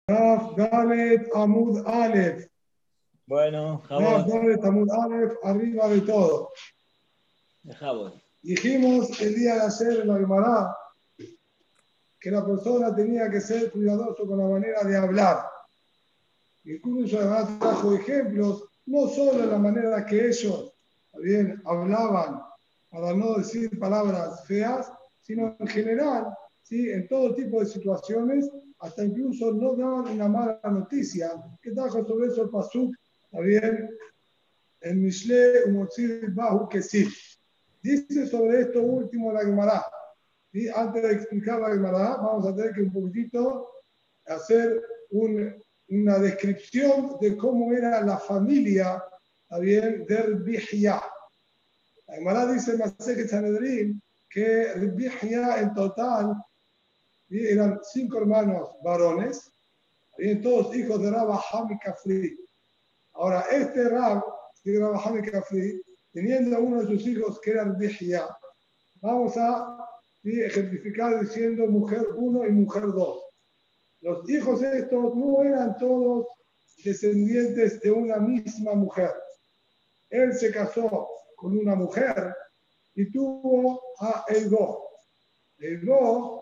Daf Dalet Amud Aleph. Bueno, Daf Jabot, Dalet Amud Aleph, arriba de todo. de Jabot. Dijimos el día de ayer en la Gemara que la persona tenía que ser cuidadoso con la manera de hablar. Incluso además trajo ejemplos, no solo en la manera que ellos bien hablaban, para no decir palabras feas, sino en general, ¿sí? En todo tipo de situaciones, hasta incluso no daban una mala noticia. ¿Qué trajo sobre eso el Pasuk? ¿Está bien? En Mishle, Umotzir, Bahu, que sí. Dice sobre esto último la Gemara. ¿Sí? Antes de explicar la Gemara, vamos a tener que un poquitito hacer una descripción de cómo era la familia, ¿está bien?, de Rabbi Hiyá. La Gemara dice en Masechet Sanedrín que Rabbi Hiyá en total eran 5 hermanos varones, ¿bien?, todos hijos de Rabba Hami Kafri. Ahora, este Rab, Rabba Hami Kafri, teniendo uno de sus hijos que era Rabbi Hiyá, vamos a ejemplificar diciendo mujer 1 y mujer 2. Los hijos estos no eran todos descendientes de una misma mujer. Él se casó con una mujer y tuvo a Eibó. Eibó,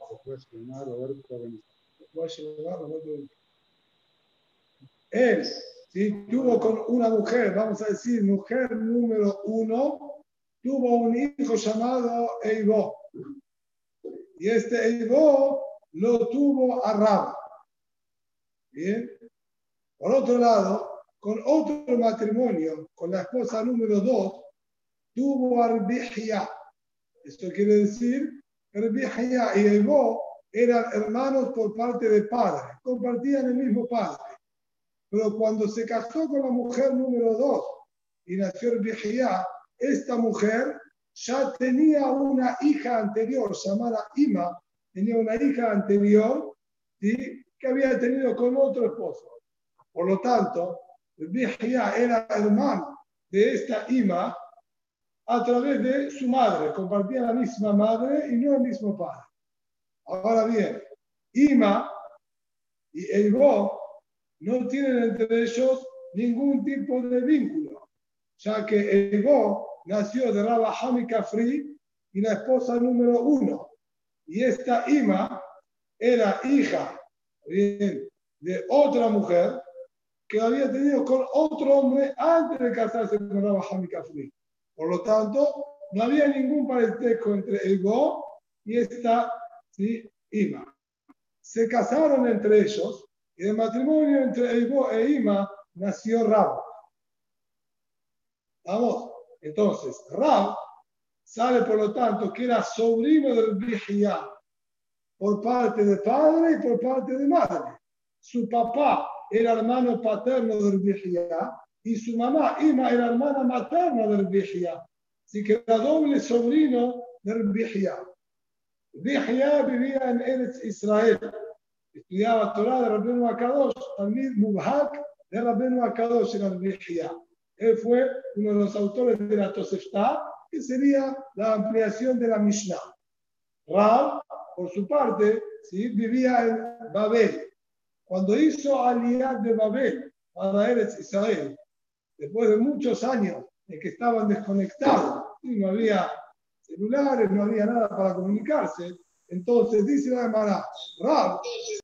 él, ¿sí?, tuvo con una mujer, vamos a decir, mujer número 1, tuvo un hijo llamado Eibó. Y este Eibó lo tuvo a Rab. Bien. Por otro lado, con otro matrimonio, con la esposa número 2, tuvo a Rabbi Hiyá. Esto quiere decir que Rabbi Hiyá y Eibó eran hermanos por parte de padre, compartían el mismo padre. Pero cuando se casó con la mujer número 2 y nació Rabbi Hiyá, esta mujer ya tenía una hija anterior llamada Ima, tenía una hija anterior, ¿sí?, que había tenido con otro esposo. Por lo tanto, Rabbi Hiyá era hermano de esta Ima a través de su madre. Compartían la misma madre y no el mismo padre. Ahora bien, Ima y Eibó no tienen entre ellos ningún tipo de vínculo, ya que Eibó nació de Rabba Hami Kafri y la esposa número 1. Y esta Ima era hija, bien, de otra mujer que había tenido con otro hombre antes de casarse con Rabba Hami Kafri. Por lo tanto, no había ningún parentesco entre Eibó y esta, ¿sí?, Ima. Se casaron entre ellos y del matrimonio entre Eibó e Ima nació Rab. ¿Vamos? Entonces, Rab sabe, por lo tanto, que era sobrino del Rabbi Hiyá por parte de padre y por parte de madre. Su papá era hermano paterno del Rabbi Hiyá y su mamá, Ima, era hermana materna del Rabbi Hiyá. Así que era doble sobrino del Rabbi Hiyá. Rabbi Hiyá vivía en Eretz Israel. Estudiaba Torah de Rabbeinu Akadosh, Talmid Mubhak de Rabbeinu Akadosh en Rabbi Hiyá. Él fue uno de los autores de la Tosefta, que sería la ampliación de la Mishnah. Rab, por su parte, ¿sí?, vivía en Babel. Cuando hizo Aliyah de Babel para Eretz Israel, después de muchos años en que estaban desconectados, y no había celulares, no había nada para comunicarse, entonces dice la Gemara, Rab,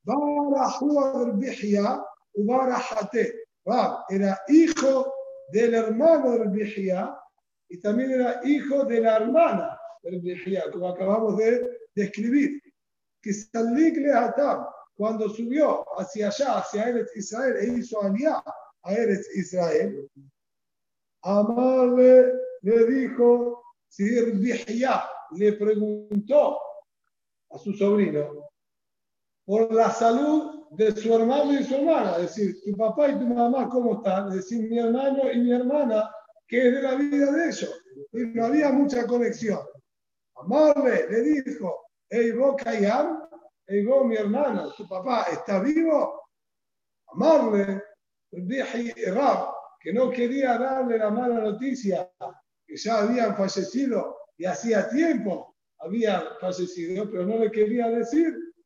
Rab era hijo del hermano de Rabbi Hiyá y también era hijo de la hermana de Rabbi Hiyá, como acabamos de describir. Que Salik Lehatam, cuando subió hacia allá, hacia Eretz Israel, e hizo Aliyah a Eretz Israel, Amarle le dijo, si Rabbi Hiyá le preguntó a su sobrino por la salud de su hermano y su hermana, es decir, tu papá y tu mamá, ¿cómo están? Es decir, mi hermano y mi hermana, ¿qué es de la vida de ellos? Y no había mucha conexión. Amarle le dijo, Eibó Kayam, Eibó, mi hermano, tu papá está vivo. Amarle, Rab, que no quería darle la mala noticia, que ya habían fallecido y hacía tiempo habían fallecido, pero no le quería decir,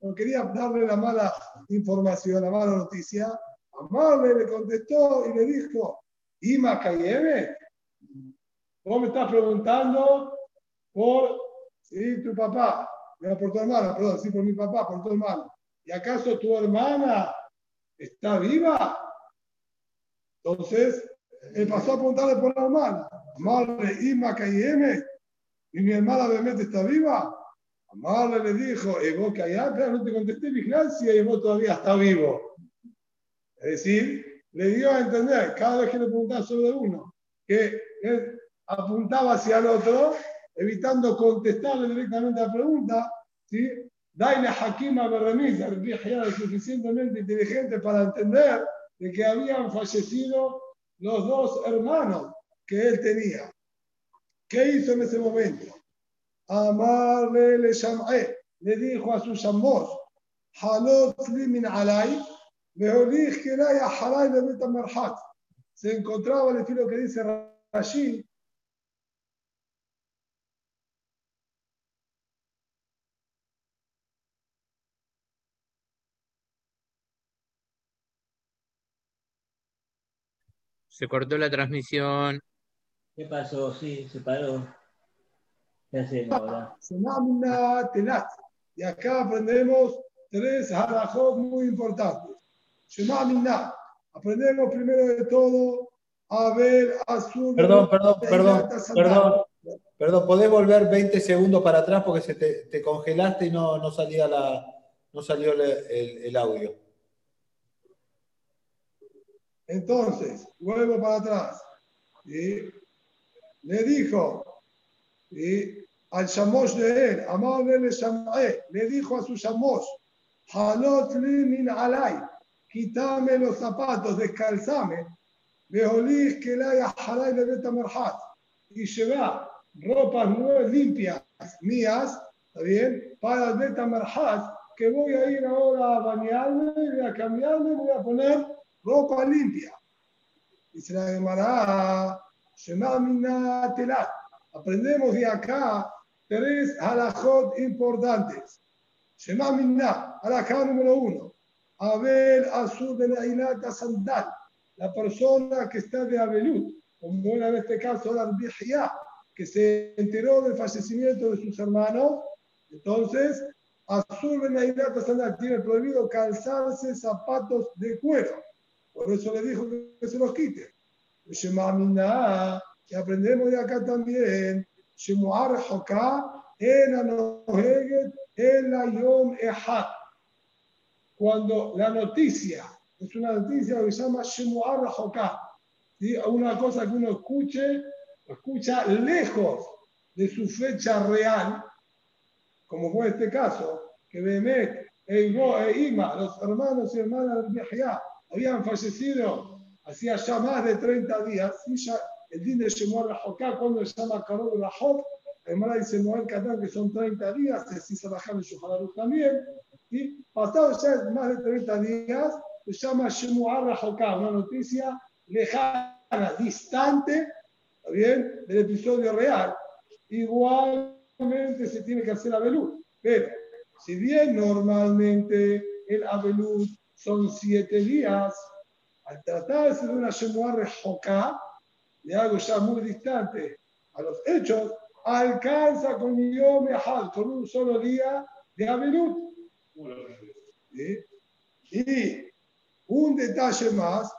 no quería darle la mala información, la mala noticia. Amable le contestó y le dijo, Ima Kayeme, vos me estás preguntando por ¿sí? Tu papá, no, por tu hermana, perdón, sí, por mi papá, por tu hermano. ¿Y acaso tu hermana está viva? Entonces, él pasó a preguntarle por la hermana. Amarle, Ima Kayeme, y mi hermana obviamente está viva. Amarle le dijo, vos callá, pero no te contesté vigilancia y vos todavía está vivo. Es decir, le dio a entender, cada vez que le preguntaba sobre uno, que él apuntaba hacia el otro, evitando contestarle directamente a la pregunta, ¿sí? Daile Hakima Berremiz, era suficientemente inteligente para entender de que habían fallecido los dos hermanos que él tenía. ¿Qué hizo en ese momento? Amarle le llamé, le dijo a su shamos, Halot limin alay, Beholih Kelaya Halay de Beta Merhat. Se encontraba el estilo que dice Rashi. Se cortó la transmisión. ¿Qué pasó? Sí, se paró. ¿Qué hacemos ahora? Semamina Telat. Y acá aprendemos tres halajot muy importantes. Semamina. Aprendemos primero de todo a ver azul. Perdón, ¿podés volver 20 segundos para atrás porque te congelaste y no salió el audio? Entonces, vuelvo para atrás. ¿Sí? Le dijo al shamosh de él, amable le dijo a su shamosh, halot li min alay, quítame los zapatos, descalzame, veolih que la haya halay de beta merhat, y lleva ropas nuevas, limpias, mías, ¿está bien? Para el beta merhat, que voy a ir ahora a bañarme, voy a cambiarme, voy a poner ropa limpia. Dice la Gemara, Shema Mina Telat. Aprendemos de acá tres halajot importantes. Shema Mina, halajá número 1. Abel Azul de la Ilata Sandal, la persona que está de Abelut, como era en este caso la Bihya, que se enteró del fallecimiento de sus hermanos. Entonces, Azul de la Ilata Sandal tiene prohibido calzarse zapatos de cuero. Por eso le dijo que se los quite. Y aprendemos de acá también. Cuando la noticia es una noticia que se llama Shemuar Rajoká, ¿sí? Una cosa que uno escucha lejos de su fecha real, como fue este caso, que Behemet, Eibo e Ima, los hermanos y hermanas de Yahya, habían fallecido hacía ya más de 30 días. ¿Sí? Ya el din de Shemuar Rajoká, cuando se llama Karol Rajok, además dice Moel Katán que son 30 días, así se bajan en Shuhararuch también. ¿Sí? Pasados ya más de 30 días, se llama Shemuar Rajoká, una noticia lejana, distante, ¿está bien?, del episodio real. Igualmente se tiene que hacer Abelut, pero si bien normalmente el Abelut son 7 días, al tratarse de una Shemuar Rajoká, de algo ya muy distante a los hechos, alcanza con Yom Echad, con un solo día de Abelut. ¿Sí? Y un detalle más,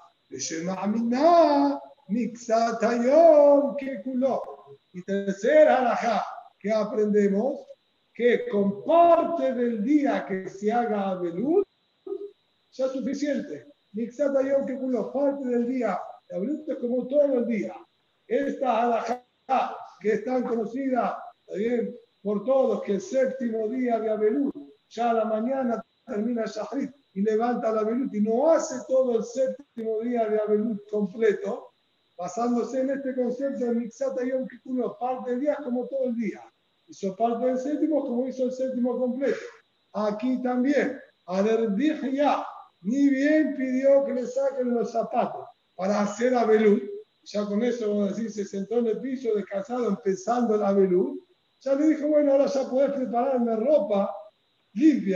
y tercera halajá que aprendemos, que con parte del día que se haga Abelut, ya es suficiente. Mixat hayom que culo, parte del día de Abelut es como todo el día. Esta halajá que es tan conocida también por todos, que el séptimo día de Abelut, ya a la mañana termina Shahrit y levanta la Abelut y no hace todo el séptimo día de Abelut completo, basándose en este concepto de Mixat Yom Kippur, parte del día como todo el día. Hizo parte del séptimo como hizo el séptimo completo. Aquí también, ya ni bien pidió que le saquen los zapatos para hacer Abelut. Ya con eso, vamos a decir, se sentó en el piso descansado empezando el Abelut. Ya le dijo, bueno, ahora ya podés prepararme ropa limpia,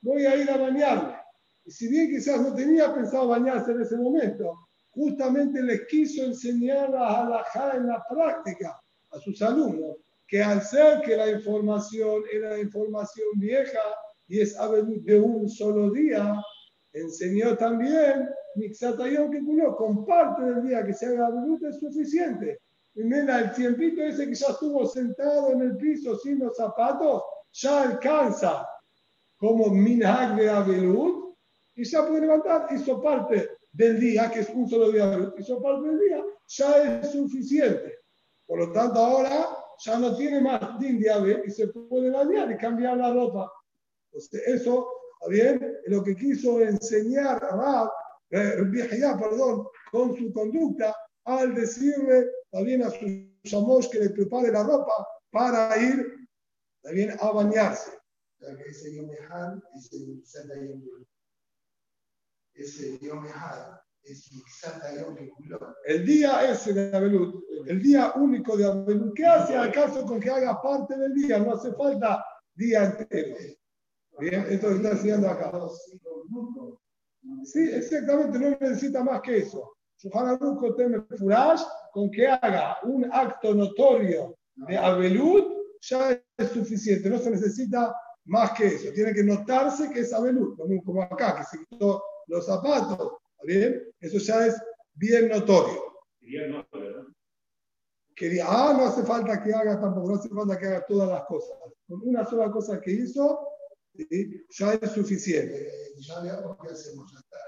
voy a ir a bañarme. Y si bien quizás no tenía pensado bañarse en ese momento, justamente les quiso enseñar la halajá en la práctica a sus alumnos, que al ser que la información era información vieja y es abelut de un solo día, enseñó también Mixatayón que con parte del día que se haga abelut es suficiente. Primero, el tiempito ese que ya estuvo sentado en el piso sin los zapatos, ya alcanza como minhag de abelut y ya puede levantar, hizo parte del día, que es un solo día de abelut, hizo parte del día, ya es suficiente. Por lo tanto, ahora ya no tiene más din de ave y se puede bañar y cambiar la ropa. Entonces, eso, ¿está bien? Es lo que quiso enseñar Rab, perdón, con su conducta al decirle también a su shamash que le prepare la ropa para ir también a bañarse. Ese Yom Echad es el Mitzat Hayom Gekulot. Ese Yom Echad es Mitzat Hayom Gekulot. El día ese de Abelut, el día único de Abelut, ¿qué hace acaso con que haga parte del día? No hace falta día entero. Bien, esto está enseñando acá. Sí, exactamente, no necesita más que eso. Shulchan Aruch teme furash con que haga un acto notorio de Abelut, ya es suficiente, no se necesita más que eso. Tiene que notarse que es Abelut, lo mismo como acá, que se quitó los zapatos, ¿bien? Eso ya es bien notorio. No hace falta que haga tampoco, no hace falta que haga todas las cosas. Con una sola cosa que hizo, ¿sí? Ya es suficiente. Ya veamos qué hacemos hasta.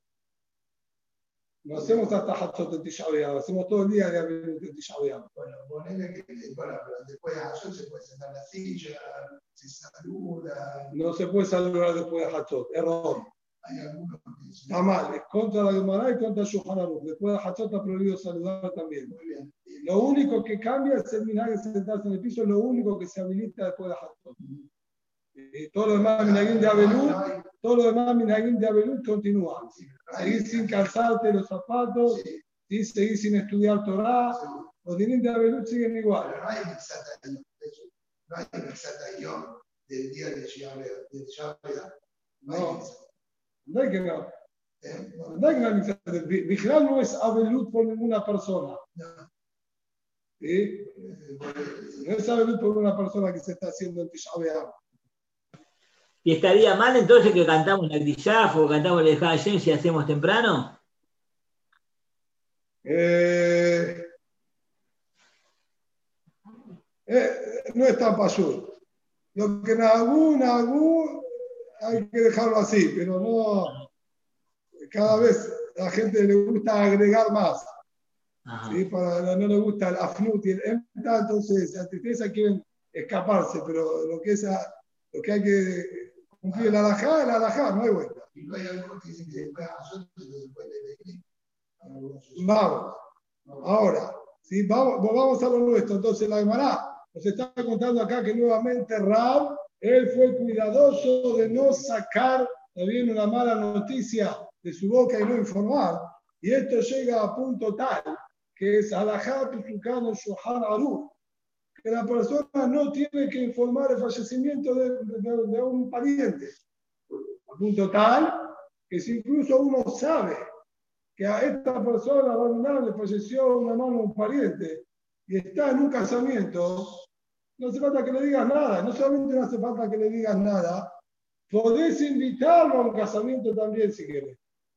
No hacemos hasta Hatzot de Tisha B'Av, hacemos todo el día de Abelut de Tisha B'Av. Bueno, ponele que después de Hatzot se puede sentar en la silla, se saluda. No se puede saludar después de Hatzot, error. Hay algunos que dicen. Está mal, es contra la Gemara y contra Shulchan Aruch. Después de Hatzot está prohibido saludar también. Muy bien. Lo único que cambia es el minhag de sentarse en el piso, es lo único que se habilita después de Hatzot. Todo lo demás, minhagim de Abelut, todo lo demás, minhagim de Abelut continúa. Seguir sin calzarte los zapatos, ¿sí? Seguir sin estudiar Torah, los dinim de Abelut siguen igual. Pero no hay Mitzat no hay Mitzat Hayom del día de Shabbat. No hay que no. No hay que no. Vigilar no es Abelut por ninguna persona. ¿Sí? No es Abelut por una persona que se está haciendo en Tisha B'Av. ¿Y estaría mal entonces que cantamos la Grishaf o cantamos el Hashem si hacemos temprano? No es tan payur. Lo que Nagú, hay que dejarlo así, pero no. Cada vez a la gente le gusta agregar más. ¿Sí? No le gusta el afnut y el emta, entonces la tristeza quieren escaparse, pero lo que hay que cumplir el alajá, no hay vuelta. Y no hay algunos que dicen que después de Hatzot se puede elegir. Vamos. Ahora, ¿sí? vamos a lo nuestro. Entonces la Gemara nos está contando acá que nuevamente Rab, él fue cuidadoso de no sacar también una mala noticia de su boca y no informar. Y esto llega a punto tal que es alajá pisucano Shulchan Aruch, que la persona no tiene que informar el fallecimiento de un pariente. A punto tal que si incluso uno sabe que a esta persona le falleció una mano de un pariente y está en un casamiento, no hace falta que le digas nada. No solamente no hace falta que le digas nada, podés invitarlo a un casamiento también si querés.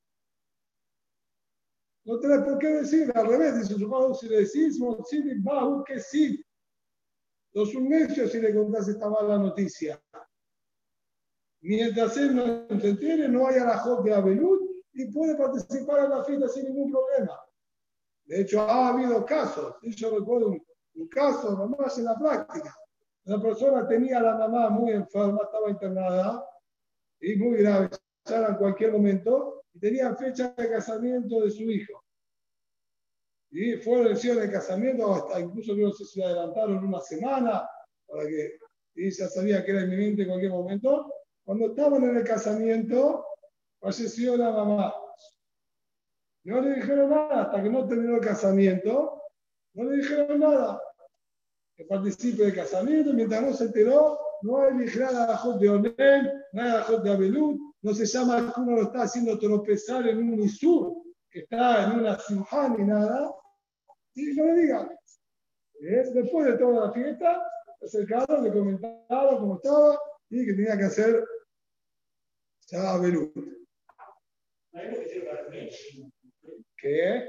No tenés por qué decir, al revés, dice su padre, si le decís, bajo que sí. Los un necio si le contás esta mala noticia. Mientras él no se entere, no hay alajot de Abelut y puede participar en la fiesta sin ningún problema. De hecho, ha habido casos. Yo recuerdo un caso, nomás en la práctica. Una persona tenía a la mamá muy enferma, estaba internada y muy grave, ya en cualquier momento, y tenía fecha de casamiento de su hijo. Y fueron elecciones de casamiento, hasta incluso no sé si le adelantaron una semana, para que ya sabía que era inminente en cualquier momento. Cuando estaban en el casamiento, falleció la mamá. No le dijeron nada, hasta que no terminó el casamiento, no le dijeron nada. Que participe del casamiento, mientras no se enteró, no hay Bijlal Alajot de Onen, no hay Alajot de Abelut, no se llama que uno lo está haciendo tropezar en un Isur, que está en una Simjá ni nada, y no le digan. Después de toda la fiesta, se acercaron, le comentaron cómo estaba y que tenía que hacer ya Abelut. ¿Qué?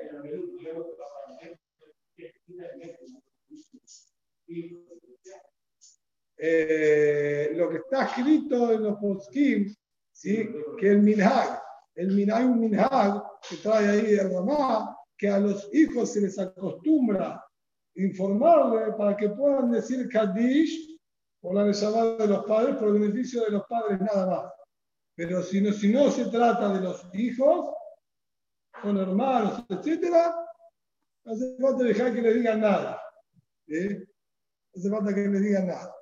Lo que está escrito en los poskim, ¿sí? Que el minhag, hay un minhag que trae ahí el Ramá, que a los hijos se les acostumbra informarle para que puedan decir Kaddish por la llamada de los padres, por el beneficio de los padres nada más. Pero si no se trata de los hijos, con hermanos, etcétera, no hace falta dejar que le digan nada. No hace falta que le digan nada.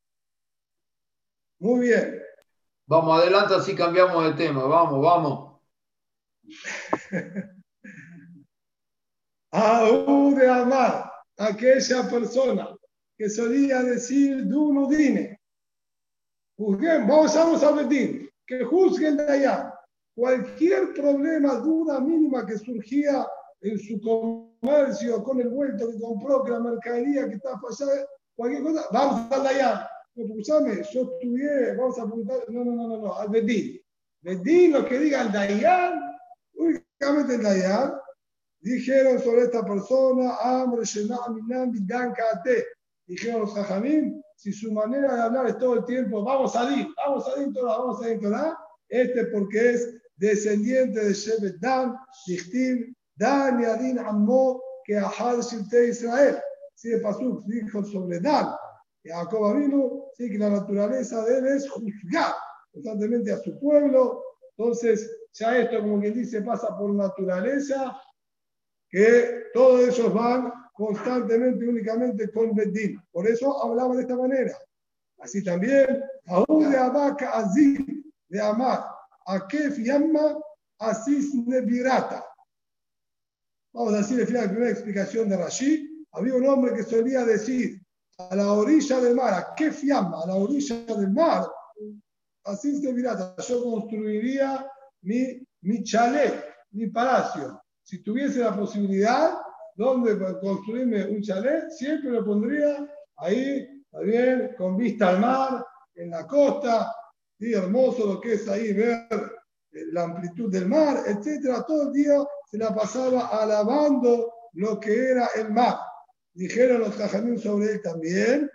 Muy bien. Vamos, adelante, así cambiamos de tema. Vamos. Aú de amar, aquella persona que solía decir Dunudine. Juzguen, vamos a Bedín, que juzguen de allá. Cualquier problema, duda mínima que surgía en su comercio, con el vuelto que compró, que la mercadería que está fallada, cualquier cosa, vamos a allá. Escúchame, yo estudié, vamos a preguntar, no, al Bedín. Bedín, lo que diga el Dayan, únicamente el Dayan, dijeron sobre esta persona, Amr, Shema, Minam, Bidan, Kate. Dijeron los Jajamim, si su manera de hablar es todo el tiempo, vamos a ir Torah, porque es descendiente de Shevet Dan, Dichtiv, Dan y Adin Ammo, que Ahad Shiltei Israel. Si de Pasuk dijo sobre Dan, y Jacob vino, sí que la naturaleza de él es juzgar constantemente a su pueblo. Entonces, ya esto, como quien dice, pasa por naturaleza, que todos ellos van constantemente, únicamente con Bedín. Por eso hablaba de esta manera. Así también, aún de Abaca Azim, de Amar, Akef Yamma, Asis Nevirata. Vamos a decir al final la primera explicación de Rashi. Había un hombre que solía decir a la orilla del mar, Akef Yamma, a la orilla del mar, Asis Nevirata. Yo construiría mi chalet, mi palacio. Si tuviese la posibilidad, ¿dónde construirme un chalet? Siempre lo pondría ahí, está bien, con vista al mar, en la costa, y hermoso lo que es ahí ver la amplitud del mar, etcétera. Todo el día se la pasaba alabando lo que era el mar. Dijeron los Jajamim sobre él también,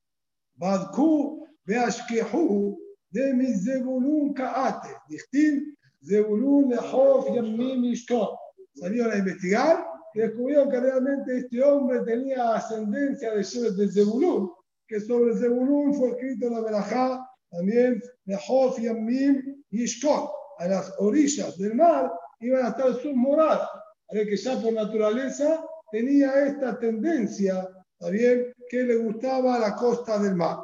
Badku beashkehu de mi Zebulun Kaate, Dichtiv Zebulun lehof yamim ishkon. Salieron a investigar y descubrieron que realmente este hombre tenía ascendencia de Zebulun, que sobre Zebulun fue escrito la Berajá también de Hof Yamim y Ishkon. A las orillas del mar iban a estar sus moradas, a ver que ya por naturaleza tenía esta tendencia, también que le gustaba la costa del mar.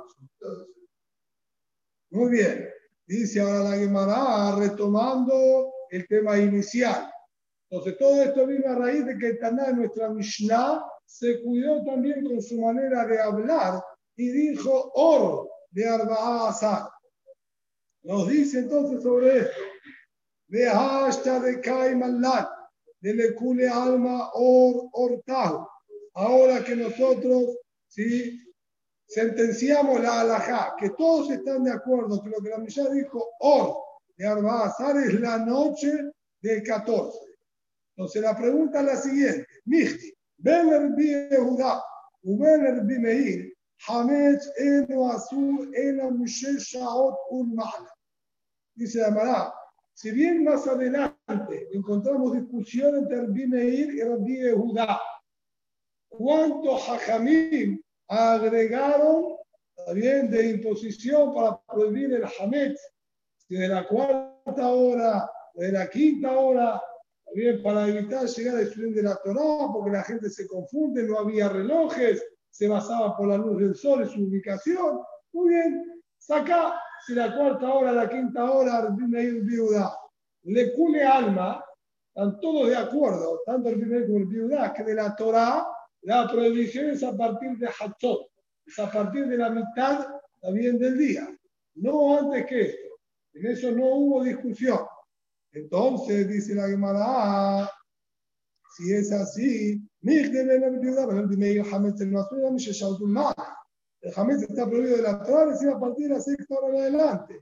Muy bien, dice ahora la Gemara, retomando el tema inicial. Entonces, todo esto vino a raíz de que el Taná de nuestra Mishnah se cuidó también con su manera de hablar y dijo Or de Arba'a Asar. Nos dice entonces sobre esto: de hasta de Kaimalat, de Lekule Alma Ortahu. Ahora que nosotros sentenciamos la halajá, que todos están de acuerdo que lo que la Mishnah dijo Or de Arba'a Asar es la noche del 14. Entonces la pregunta es la siguiente: Michti, Ben Erbi Yehuda, Uben Erbi Meir, Hametz Eno Azur Eno Mishe Shaot Ulmala. Dice la Mará, si bien más adelante encontramos discusión entre Erbi Meir y Erbi Yehuda, ¿cuántos Hajamim agregaron también de imposición para prohibir el Hametz? Si de la cuarta hora, de la quinta hora, bien, para evitar llegar al estudio de la Torá, porque la gente se confunde, no había relojes, se basaba por la luz del sol en su ubicación. Muy bien, saca si la cuarta hora, la quinta hora, viuda, le cule alma, están todos de acuerdo, tanto el primer como el viuda, que de la Torá la prohibición es a partir de Hatzot, es a partir de la mitad está bien del día, no antes que esto. En eso no hubo discusión. Entonces, dice la Gemara, si es así, el Hametz está prohibido de la Torah, recién a partir de la sexta hora en adelante.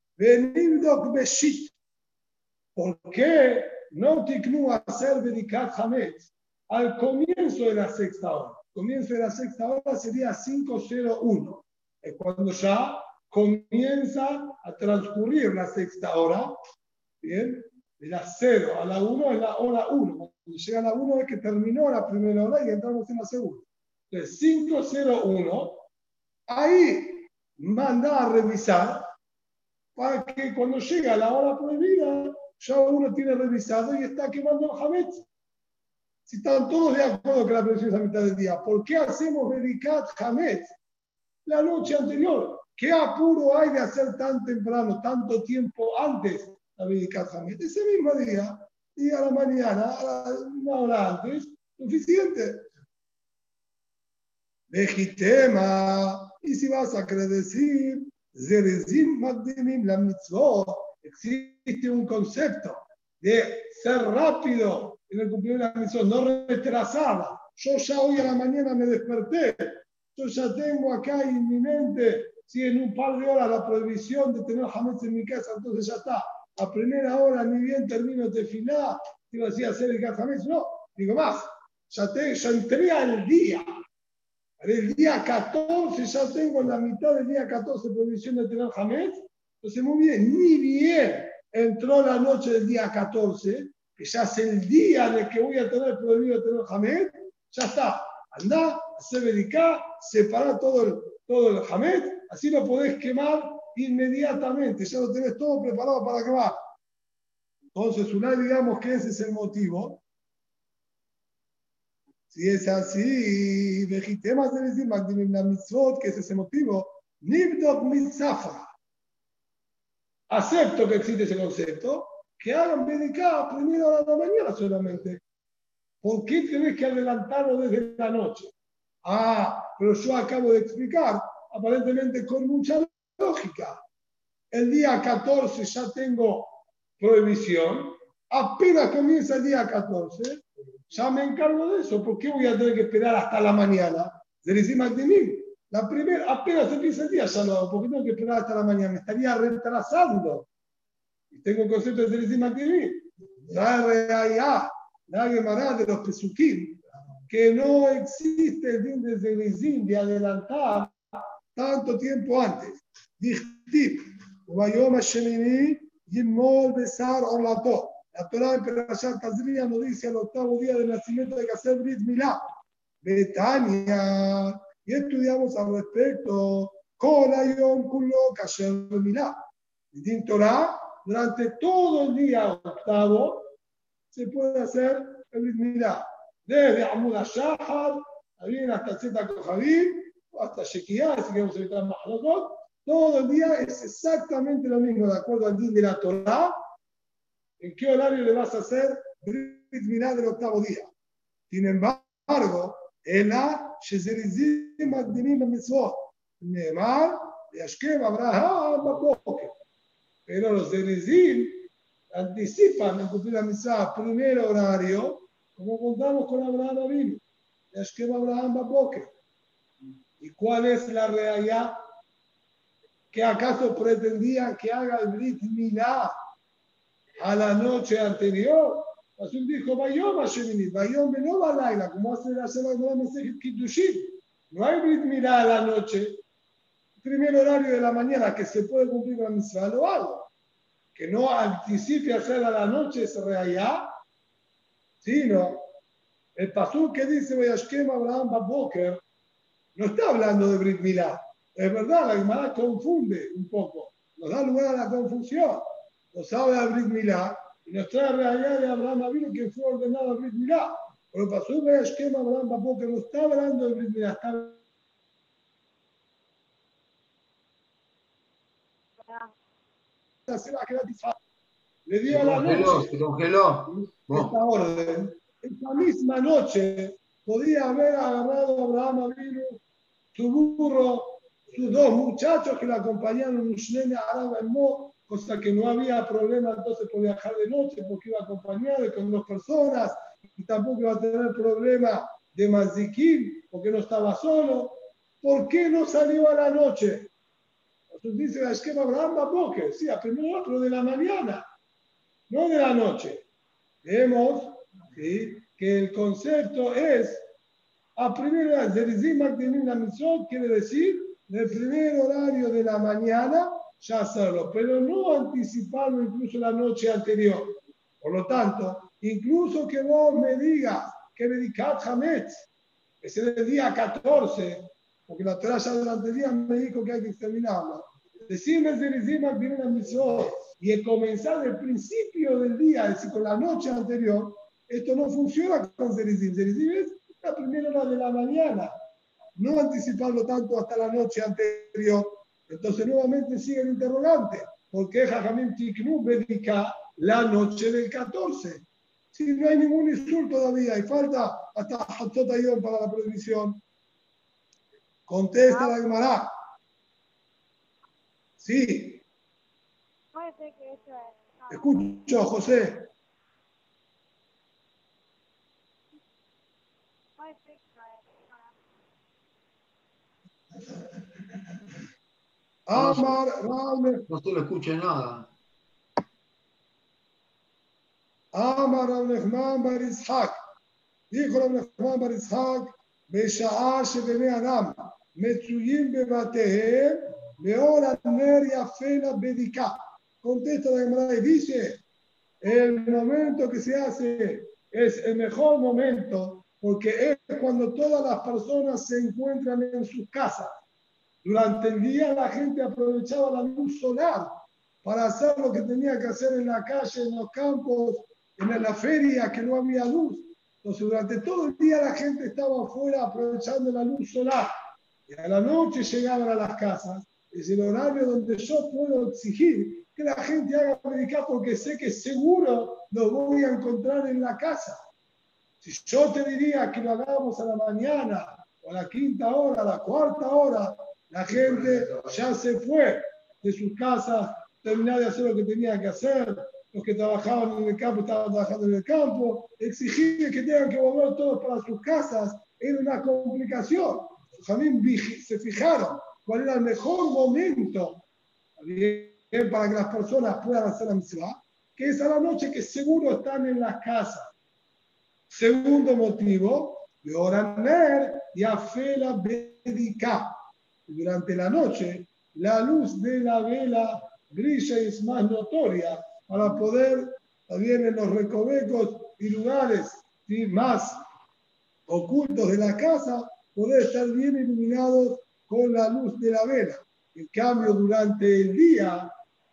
¿Por qué no tiknu hacer Bedikat Hametz al comienzo de la sexta hora? El comienzo de la sexta hora sería 5:01. Es cuando ya comienza a transcurrir la sexta hora. Bien, de la 0 a la 1 es la hora 1. Cuando llega a la 1 es que terminó la primera hora y entramos en la segunda. Entonces, 5:01, ahí manda a revisar para que cuando llega la hora prohibida, ya uno tiene revisado y está quemando el Hametz. Si están todos de acuerdo que la prohibición es a mitad del día, ¿por qué hacemos Bedikat Hametz la noche anterior? ¿Qué apuro hay de hacer tan temprano, tanto tiempo antes la Bedikat Hametz? Ese mismo día, y a la mañana, una hora antes, suficiente. Legitema. Y si vas a querer decir, Zerezim Magdimim la mitzvot, existe un concepto de ser rápido en el cumplimiento de la mitzvot, no retrasada. Yo ya hoy a la mañana me desperté, yo ya tengo acá en mi mente, si en un par de horas la prohibición de tener hametz en mi casa, entonces ya está. A primera hora ni bien termino tefilá, digo así hacer el hametz, no, digo más, ya entré al día. El día 14 ya tengo en la mitad del día 14 prohibición de tener hametz. Entonces, muy bien, ni bien entró la noche del día 14, que ya es el día de que voy a tener prohibido tener hametz, ya está. Andá, hacé bediká, separá todo el hametz, así lo podés quemar inmediatamente, ya lo tenés todo preparado para quemar. Entonces, una vez digamos que ese es el motivo. Si es así, vejitemas de decir, Magdinim la mitzvot, que es ese motivo, Nibdok mitzafa. Acepto que existe ese concepto, que hagan bediká a primera hora de la mañana solamente. ¿Por qué tenés que adelantarlo desde la noche? Pero yo acabo de explicar, aparentemente con mucha lógica. El día 14 ya tengo prohibición, apenas comienza el día 14, ya me encargo de eso. ¿Por qué voy a tener que esperar hasta la mañana? La primera, apenas empieza el día ya lo hago. ¿Por qué tengo que esperar hasta la mañana? Me estaría retrasando. Y tengo un concepto de Zerizim Magdinim. La Gemara de los Pesukim, que no existe el din de Zerizim de adelantar tanto tiempo antes. Dichtip, Ubayom Hashemini, Yimol Besar Orlato. La Torah en Perashat Tazria nos dice al octavo día del nacimiento de Kaser Brit Milá. Betania. Y estudiamos al respecto. Kolayom Kulo Kasher Milá. Y Din Torah, durante todo el día octavo, se puede hacer el Brit Milá. Desde Amud HaShahar, hasta Zeta Kohabim, hasta Shekiah, si queremos evitar Mahalokot. Todo el día es exactamente lo mismo, de acuerdo al din de la Torah. ¿En qué horario le vas a hacer Brit Milá del octavo día? Sin embargo, Ela Shezerizim Magdinim Mitzvot, Neemar, Yashkem Abraham Baboker. Pero los Zerizim anticipan el cumplir la mitzvah primer horario, como contamos con Abraham Avinu, Yashkem Abraham Baboker. ¿Y cuál es la realidad? ¿Que acaso pretendían que haga el Brit Milá a la noche anterior? Azul dijo, Bayom Hashemini, Bayom Benova Laila, como hace la Gemara Masechet Kiddushin. No hay Brit Milá a la noche. Primer horario de la mañana que se puede cumplir con la mitzvah, lo hago. Que no anticipe hacer a la noche es realidad, sino el pasuk que dice Vayashkem Abraham Baboker no está hablando de Brit Milá. Es verdad, la Gemara confunde un poco, nos da lugar a la confusión. Nos habla de Brit Milá y nos trae la realidad de Abraham Avinu que fue ordenado a Brit Milá. Pero pasó que Shkem Abraham Babó que no está hablando de Brit Milá, le dio a la noche Se congeló. esta orden. Esa misma noche podía haber agarrado a Abraham Avinu su burro, sus dos muchachos que la acompañaron, Ushnene Araba en Mo, cosa que no había problema entonces por viajar de noche, porque iba acompañado y con dos personas, y tampoco iba a tener problema de Mazikim, porque no estaba solo. ¿Por qué no salió a la noche? Entonces dice la esquema Abraham Baboker, sí, a primera hora, pero de la mañana, no de la noche. Vemos, ¿sí?, que el concepto es a primera hora, quiere decir del primer horario de la mañana ya hacerlo, pero no anticiparlo incluso la noche anterior. Por lo tanto, incluso que vos me digas que Bedikat Hametz es el día 14, porque la Torah ya durante el día me dijo que hay que exterminarlo. Decirme Zerizim viene una misión y el comenzar del principio del día, es decir, con la noche anterior, esto no funciona con Zerizim. Zerizim es la primera hora de la mañana, no anticiparlo tanto hasta la noche anterior. Entonces nuevamente sigue el interrogante, ¿por qué Jajamim Tiknu dedica la noche del 14? Si no hay ningún insulto todavía y falta hasta Hatzot Hayom para la prohibición. Contesta la Gemara. Sí. Escucho, José. Amar, no se lo escucha nada. Amar Rav Nachman bar Yitzhak. Dijo Rav Nachman bar Yitzhak, בשעה שבני אדם מצויים בבתיהם, לאור הנר יפה לבדיקה. Contesta la Gemara y dice, el momento que se hace es el mejor momento porque es cuando todas las personas se encuentran en sus casas. Durante el día la gente aprovechaba la luz solar para hacer lo que tenía que hacer en la calle, en los campos, en la feria, que no había luz. Entonces durante todo el día la gente estaba afuera aprovechando la luz solar. Y a la noche llegaban a las casas. Es el horario donde yo puedo exigir que la gente haga predicar porque sé que seguro lo voy a encontrar en la casa. Si yo te diría que lo hagamos a la mañana, o a la quinta hora, a la cuarta hora, la gente ya se fue de sus casas, terminó de hacer lo que tenía que hacer, los que trabajaban en el campo estaban trabajando en el campo, exigir que tengan que volver todos para sus casas era una complicación. También se fijaron cuál era el mejor momento para que las personas puedan hacer la mitzvah, que es a la noche que seguro están en las casas. Segundo motivo, de Oraner y Afela Bedika. Durante la noche, la luz de la vela brilla y es más notoria para poder, también en los recovecos y lugares, ¿sí?, más ocultos de la casa, poder estar bien iluminados con la luz de la vela. En cambio, durante el día,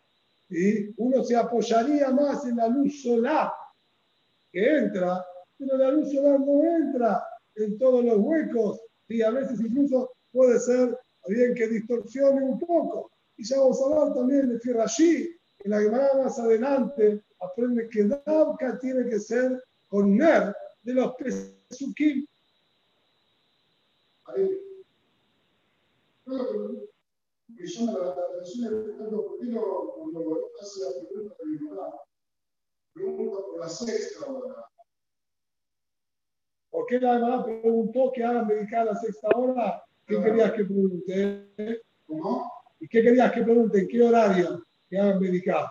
¿sí?, uno se apoyaría más en la luz solar que entra, pero la luz solar no entra en todos los huecos, y a veces incluso puede ser bien que distorsione un poco. Y ya vamos a hablar también de Firashi, en la Gemara más adelante aprende que Davka tiene que ser con Ner de los Pesukim. Me llama la atención por qué no, cuando hace la pregunta de mi mamá, pregunta por la sexta hora. ¿Por qué la Gemara preguntó que hagan dedicar a la sexta hora? ¿Qué querías que pregunte? ¿Cómo? ¿Y qué querías que pregunte? ¿En qué horario que hagan dedicar?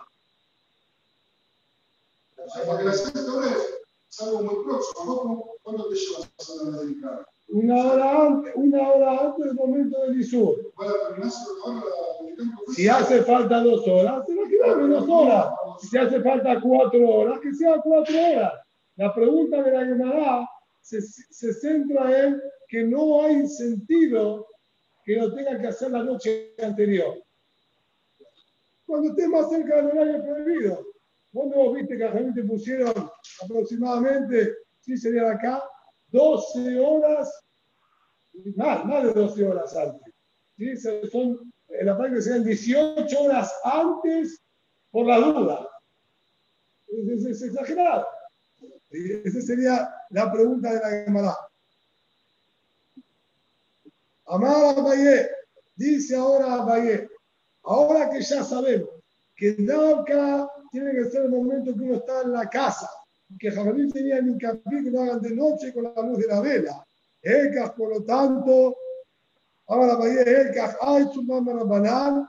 O sea, porque la sexta hora es algo muy próximo. ¿Cuándo te llevas a la dedicada? Una hora antes del momento del Isur. Bueno, pero no hace una hora dedicando. Si hace falta 2 horas, se va a quedar menos horas. Si hace falta 4 horas, que sea 4 horas. La pregunta de la Gemara se centra en que no hay sentido que lo tenga que hacer la noche anterior. Cuando esté más cerca del horario prohibido. ¿Cuándo vos viste que a gente pusieron aproximadamente, sí sería acá, 12 horas, más de 12 horas antes? ¿Sí? Son, en la práctica serían 18 horas antes por la duda. Es exagerado. Esa sería la pregunta de la Gemara. Amar Abaye, Dice ahora Abayé, ahora que ya sabemos que Dauka tiene que ser el momento que uno está en la casa, que Jajamim tenía en hincapié que lo hagan de noche con la luz de la vela. Elcas, por lo tanto, ahora Abayé, Elcas, hay su mamá Rabanán,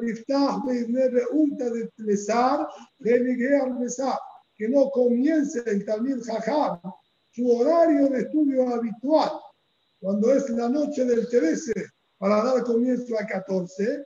que no comience el Talmid Jajam su horario de estudio habitual, cuando es la noche del 13, para dar comienzo a 14,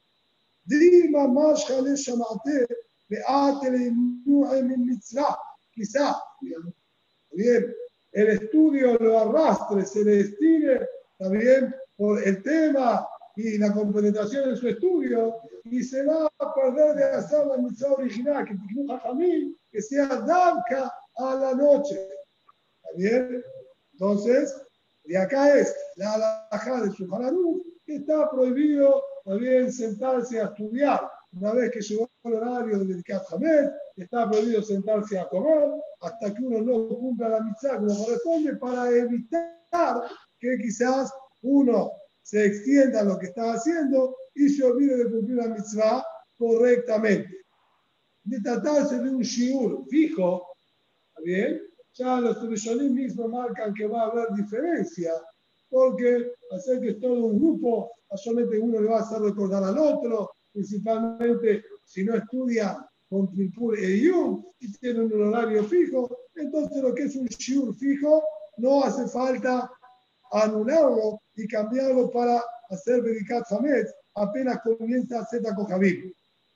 quizá, bien, el estudio lo arrastre, se le estire, también por el tema y la compenetración en su estudio, y se va a perder de hacer la mitzvah original, que Tiknu Jajamim, que sea Davka a la noche. ¿Está bien? Entonces, de acá es la halajá de Shulchan Aruch, que está prohibido también sentarse a estudiar. Una vez que llegó el horario del Birkat Hametz, está prohibido sentarse a comer hasta que uno no cumpla la mitzvah como corresponde, para evitar que quizás uno se extienda lo que está haciendo y se olvide de cumplir la mitzvah correctamente. De tratarse de un shiur fijo, ¿está bien? Ya los Rishonim mismos marcan que va a haber diferencia, porque hacer que es todo un grupo, solamente uno le va a hacer recordar al otro, principalmente si no estudia con Tripur e Yum y tiene un horario fijo, entonces lo que es un shiur fijo no hace falta anularlo y cambiarlo para hacer Berikat Hametz apenas comienza a Zeta Kohabib.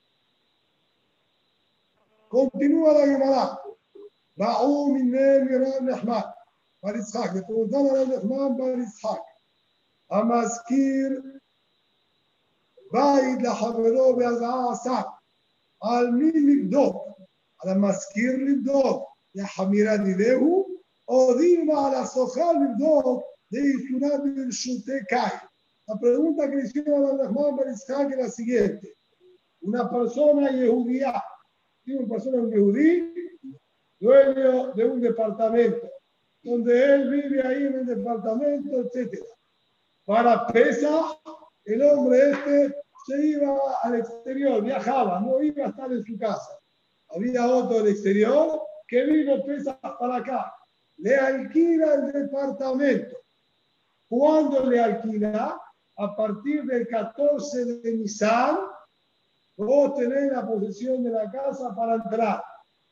Continúa la Gemara. באו מהם מרב נחמן בר יצחק, ותורתן הרב נחמן בר יצחק, המזכיר בית לחברו בהזעה עשה, על מי לבדוק? על המזכיר לבדוק, לחמירה דידהו, או דילמה על הסוחר לבדוק, דאיתונה ברשותי קין. La pregunta que hicieron a Rahman Bar Yitzhak es la siguiente. Una persona yehudía, una persona yehudí, dueño de un departamento, donde él vive ahí en el departamento, etc. Para Pesach, el hombre se iba al exterior, viajaba, no iba a estar en su casa. Había otro del exterior que vino Pesach para acá. Le alquila el departamento. ¿Cuándo le alquila? A partir del 14 de Nisan, vos tenés la posesión de la casa para entrar.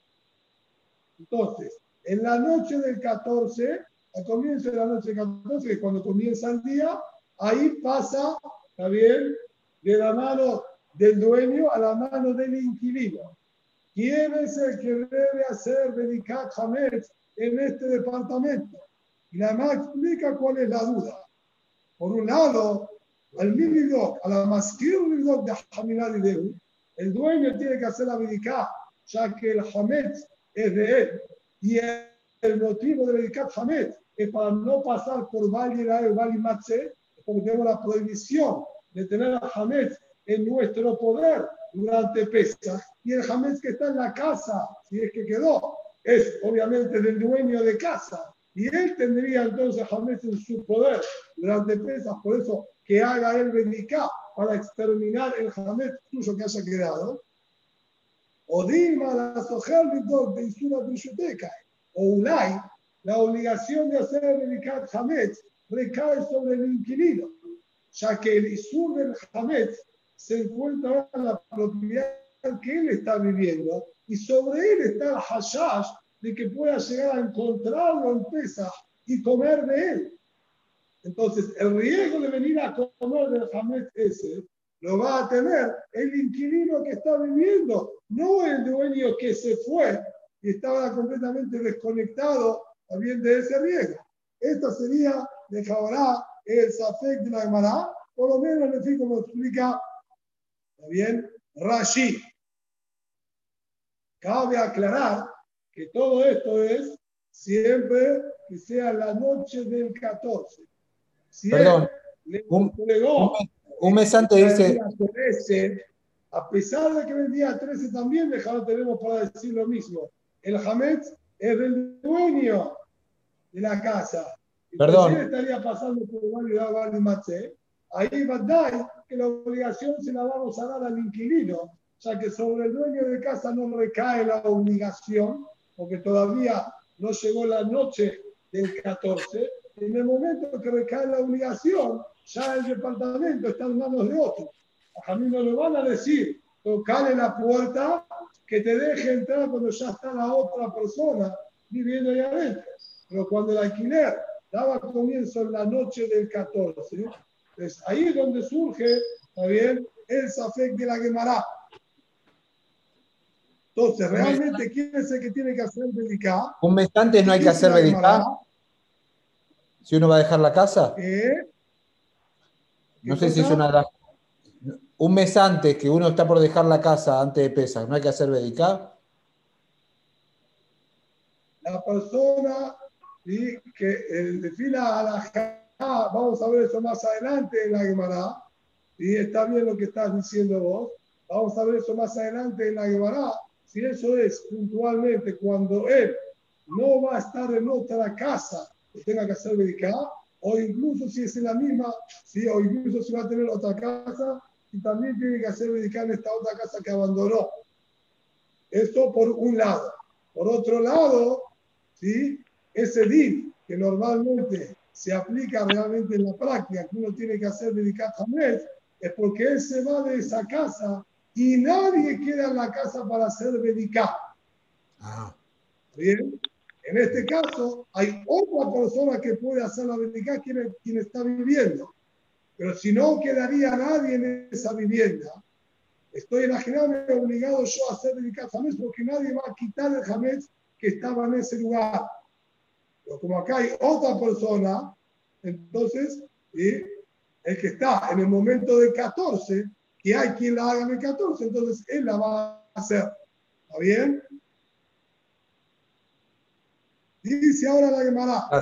Entonces, en la noche del 14, al comienzo de la noche del 14, que es cuando comienza el día, ahí pasa, ¿está bien?, de la mano del dueño a la mano del inquilino. ¿Quién es el que debe hacer Berikat Hametz en este departamento? Y la más explica cuál es la duda. Por un lado, al Milidok, a la Maskir Milidok de Hamirad y Dehu, el dueño tiene que hacer la Berikat, ya que el Hametz es de él. Y el motivo de Berikat Hametz es para no pasar por Valle Rae o Valle Matze, porque tenemos la prohibición de tener a Hametz en nuestro poder durante Pesach, y el Hametz que está en la casa, si es que quedó, es obviamente del dueño de casa, y él tendría entonces Hametz en su poder durante Pesach, por eso que haga el Berikat para exterminar el Hametz tuyo que haya quedado. O Dilma la Sojer de Isura Brishuteca, o Ulay, la obligación de hacer el Berikat Hametz recae sobre el inquilino, ya que el Isur del Hametz se encuentra en la propiedad que él está viviendo y sobre él está el hashash de que pueda llegar a encontrarlo en Pesach y comer de él. Entonces, el riesgo de venir a comer del Hametz ese lo va a tener el inquilino que está viviendo, no el dueño que se fue y estaba completamente desconectado también de ese riesgo. Esta sería, de Jabará, el Safek de la Gemara, por lo menos en fin, como explica bien Rashi. Cabe aclarar que todo esto es siempre que sea la noche del 14. Si Perdón, él le un mes antes dice... 13, a pesar de que el día 13 también tenemos para decir lo mismo. El Hametz es del dueño de la casa. Perdón. Entonces él estaría pasando por el barrio de Matze, ahí va que la obligación se la vamos a dar al inquilino, ya que sobre el dueño de casa no recae la obligación, porque todavía no llegó la noche del 14. En el momento que recae la obligación, ya el departamento está en manos de otro. A mí no le van a decir, tocale la puerta, que te deje entrar cuando ya está la otra persona viviendo ahí adentro. Pero cuando el alquiler daba comienzo en la noche del 14, pues ahí es donde surge, ¿está bien?, el Safek de la Gemara. Entonces, ¿realmente quién es el que tiene que hacer Bedicá? Un mes antes no hay que hacer Bedicá. Si uno va a dejar la casa. No sé si es una... Un mes antes que uno está por dejar la casa antes de Pesach, ¿no hay que hacer Bedicá? La persona, ¿sí?, que desfila a la vamos a ver eso más adelante en la Gemara, y está bien lo que estás diciendo vos, vamos a ver eso más adelante en la Gemara, si eso es puntualmente cuando él no va a estar en otra casa que tenga que hacer Bedicá, o incluso si es en la misma, ¿sí?, o incluso si va a tener otra casa y también tiene que hacer Bedicá en esta otra casa que abandonó. Esto por un lado. Por otro lado, ¿sí?, ese din que normalmente se aplica realmente en la práctica, que uno tiene que hacer Bedicá Hametz, es porque él se va de esa casa y nadie queda en la casa para hacer Bedicá. Bien, en este caso hay otra persona que puede hacer la Bedicá, quien está viviendo. Pero si no quedaría nadie en esa vivienda, estoy imaginando obligado yo a hacer Bedicá Hametz porque nadie va a quitar el Hametz que estaba en ese lugar. Pero como acá hay otra persona, entonces, ¿sí?, el que está en el momento del 14, que hay quien la haga en el 14, entonces él la va a hacer. ¿Está bien? Dice ahora la Gemara.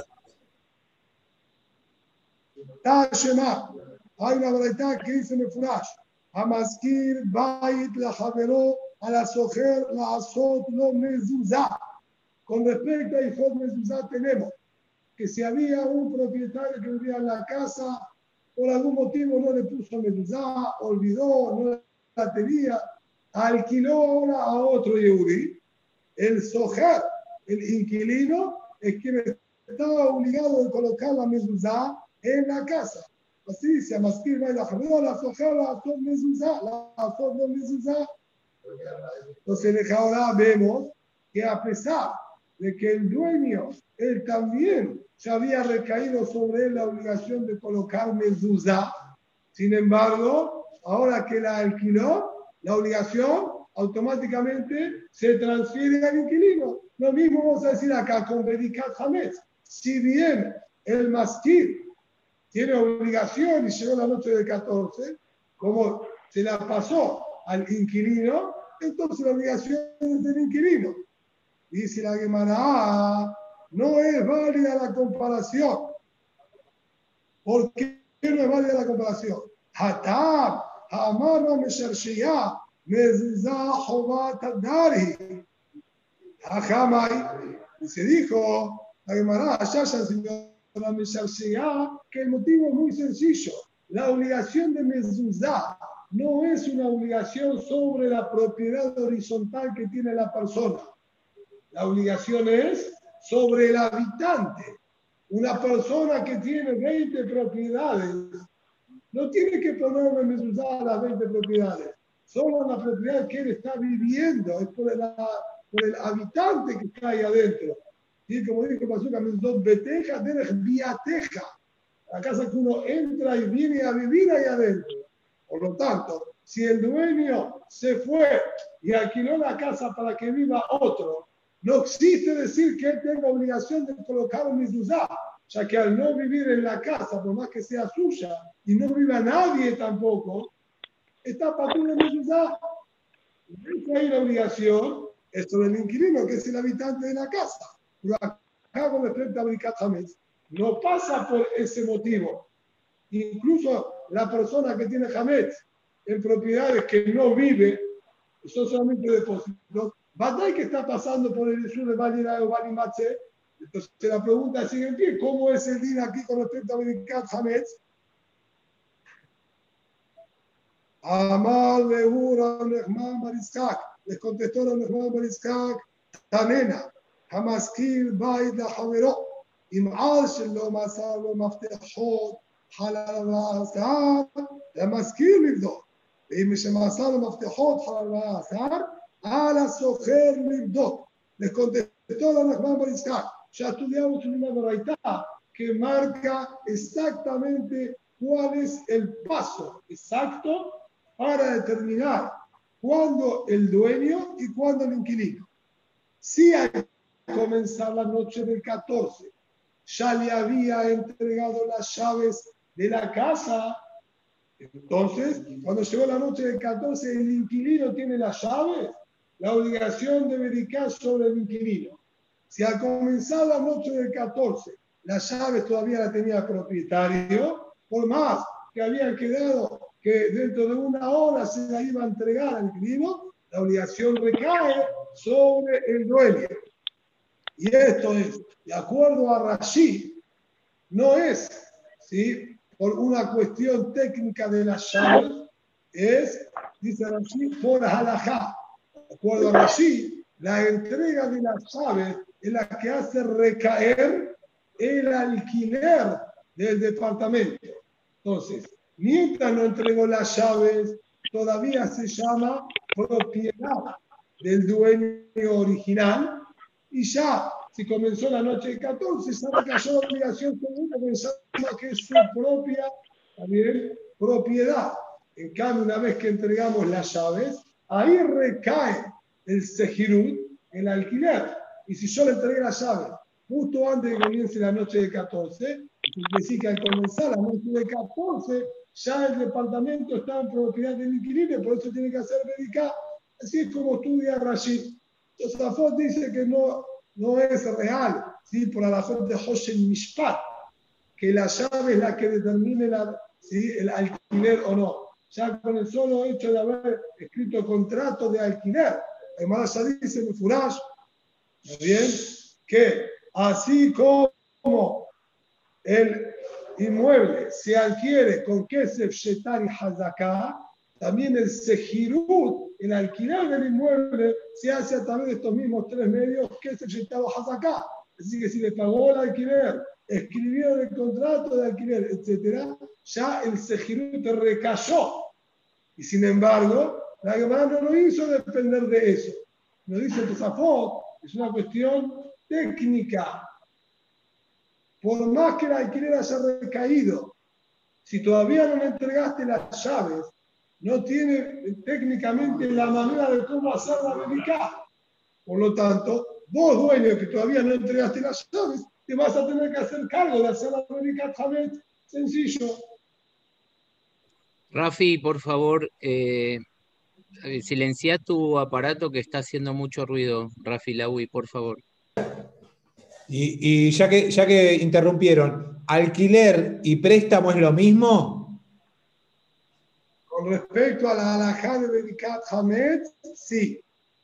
Tashema. Hay una verdad que dice Mefurash. Amaskir bait la javero a la sojer la azot lo mezuzá. Con respecto a Ifod Mezuzá tenemos que si había un propietario que vivía en la casa, por algún motivo no le puso Mezuzá, olvidó, no la tenía, alquiló ahora a otro Yehudí, el Sojer, el inquilino, es quien estaba obligado a colocar la Mezuzá en la casa. Así se llama la Sojer, la Azot Mezuzá, la Azot no Mezuzá. Entonces ahora vemos que a pesar de que el dueño, él también ya había recaído sobre él la obligación de colocar mezuzá. Sin embargo, ahora que la alquiló, la obligación automáticamente se transfiere al inquilino. Lo mismo vamos a decir acá con Bedikat Hametz. Si bien el masquir tiene obligación y llegó la noche del 14, como se la pasó al inquilino, entonces la obligación es del inquilino. Dice la Gemara, no es válida la comparación. ¿Por qué no es válida la comparación? Hatab, Hamara Mesharshiyah, Mezuzah Jovat Dari. Hajamay. Y se dijo, la Gemara, allá ya enseñó la Mesharshiyah, que el motivo es muy sencillo. La obligación de Mezuzah no es una obligación sobre la propiedad horizontal que tiene la persona. La obligación es sobre el habitante. Una persona que tiene 20 propiedades no tiene que ponerle mezuzá a las 20 propiedades. Solo la propiedad que él está viviendo es por el habitante que está ahí adentro. Y como dijo Pazuca, mezuzot beteja, derech viateja. La casa que uno entra y viene a vivir ahí adentro. Por lo tanto, si el dueño se fue y alquiló la casa para que viva otro, no existe decir que él tenga obligación de colocar un mezuzá, ya que al no vivir en la casa, por más que sea suya, y no viva nadie tampoco, está patur de mezuzá. No hay la obligación, es sobre el inquilino, que es el habitante de la casa. Pero acá con respecto a Bedikat Hametz, no pasa por ese motivo. Incluso la persona que tiene Hametz en propiedades que no vive, son solamente depósitos, Badai que está pasando por el sur de Valira o Valimache. Entonces la pregunta sigue en pie, ¿cómo es el día aquí con respecto a Bedikat Hametz? Amar Lehura Nehman Bariskak. Les contestó a Nehman Bariskak, Tanena, Hamaskil Baida Havero, Im'al Shelo Masar Lo Maftechot, Halal Va'asar, Hamaskil Livdok. ואם שמסר למפתחות חלל ועשר, על הסוחר לבדוק. Les contestó la Nahman Bariskak. Ya estudiamos una baraita que marca exactamente cuál es el paso exacto para determinar cuándo el dueño y cuándo el inquilino. Si al comenzar la noche del 14 ya le había entregado las llaves de la casa, entonces, cuando llegó la noche del 14, el inquilino tiene las llaves, la obligación de verificar sobre el inquilino. Si al comenzar la noche del 14, las llaves todavía la tenía el propietario, por más que habían quedado que dentro de una hora se la iba a entregar al inquilino, la obligación recae sobre el dueño. Y esto es, de acuerdo a Rashi, no es, ¿sí?, por una cuestión técnica de las llaves, es, dice Rashi, por halajá. De acuerdo a Rashi, la entrega de las llaves es la que hace recaer el alquiler del departamento. Entonces, mientras no entregó las llaves, todavía se llama propiedad del dueño original, y ya, si comenzó la noche del 14, se recayó la obligación segunda, pensando que es su propia, también, propiedad. En cambio, una vez que entregamos las llaves, ahí recae el sejirut, el alquiler. Y si yo le entregué las llaves justo antes de que comience la noche del 14, quiere decir que al comenzar la noche del 14, ya el departamento está en propiedad del inquilino, y por eso tiene que hacer verificar. Así es como estudia Rashi. Tosafot dice que no es real, ¿sí?, por la razón de Hoshen Mishpat, que la llave es la que determine ¿sí?, el alquiler o no. Ya con el solo hecho de haber escrito contrato de alquiler, además ya dice en Furash, bien, que así como el inmueble se adquiere con Kesef, Shetar y Hazaká, también el Sejirut, el alquiler del inmueble, se hace a través de estos mismos tres medios, Kesef, Shetar o Hazaká. Así que si le pagó el alquiler, escribieron el contrato de alquiler, etc., ya el Sejirut te recayó. Y sin embargo, la Gemara no lo hizo depender de eso. Nos dice Tosafot, es una cuestión técnica. Por más que el alquiler haya recaído, si todavía no le entregaste las llaves, no tiene técnicamente la manera de cómo hacer la verificar. Por lo tanto, vos, dueño, que todavía no entregaste las llaves, te vas a tener que hacer cargo de hacer la verificar. Sencillo. Rafi, por favor, silencia tu aparato que está haciendo mucho ruido. Rafi Lawi, por favor. Y ya que interrumpieron, ¿alquiler y préstamo es lo mismo? Con respecto a la halajá de Berikat Hametz, sí.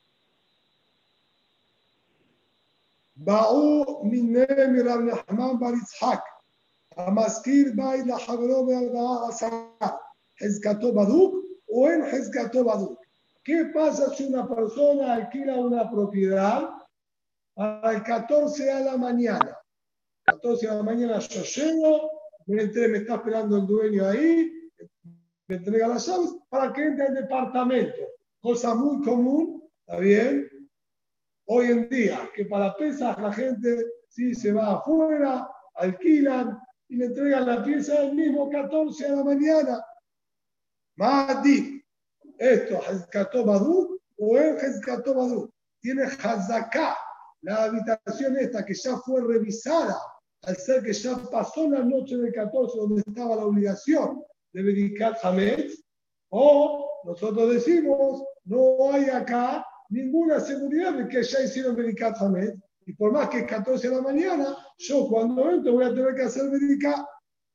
Ba'u minne Rav Nachman bar Yitzhak, המשכיר בית לחברו בהלוואה עשרה, חזקתו בדוק o en חזקתו בדוק. ¿Qué pasa si una persona alquila una propiedad al 14 a la mañana? 14 a la mañana yo llego, me está esperando el dueño ahí, me entrega las llaves para que entre al departamento. Cosa muy común, ¿está bien? Hoy en día, que para Pesaj la gente sí se va afuera, alquilan y le entregan la pieza el mismo 14 a la mañana. Mahdi, esto, Hazkato Badu o el Hazkato Badu, tiene Hazaká, la habitación esta que ya fue revisada, al ser que ya pasó la noche del 14 donde estaba la obligación de Berikat Hametz, o nosotros decimos, no hay acá ninguna seguridad de que ya hicieron Berikat Hametz, y por más que es 14 de la mañana, yo cuando entro voy a tener que hacer Berikat.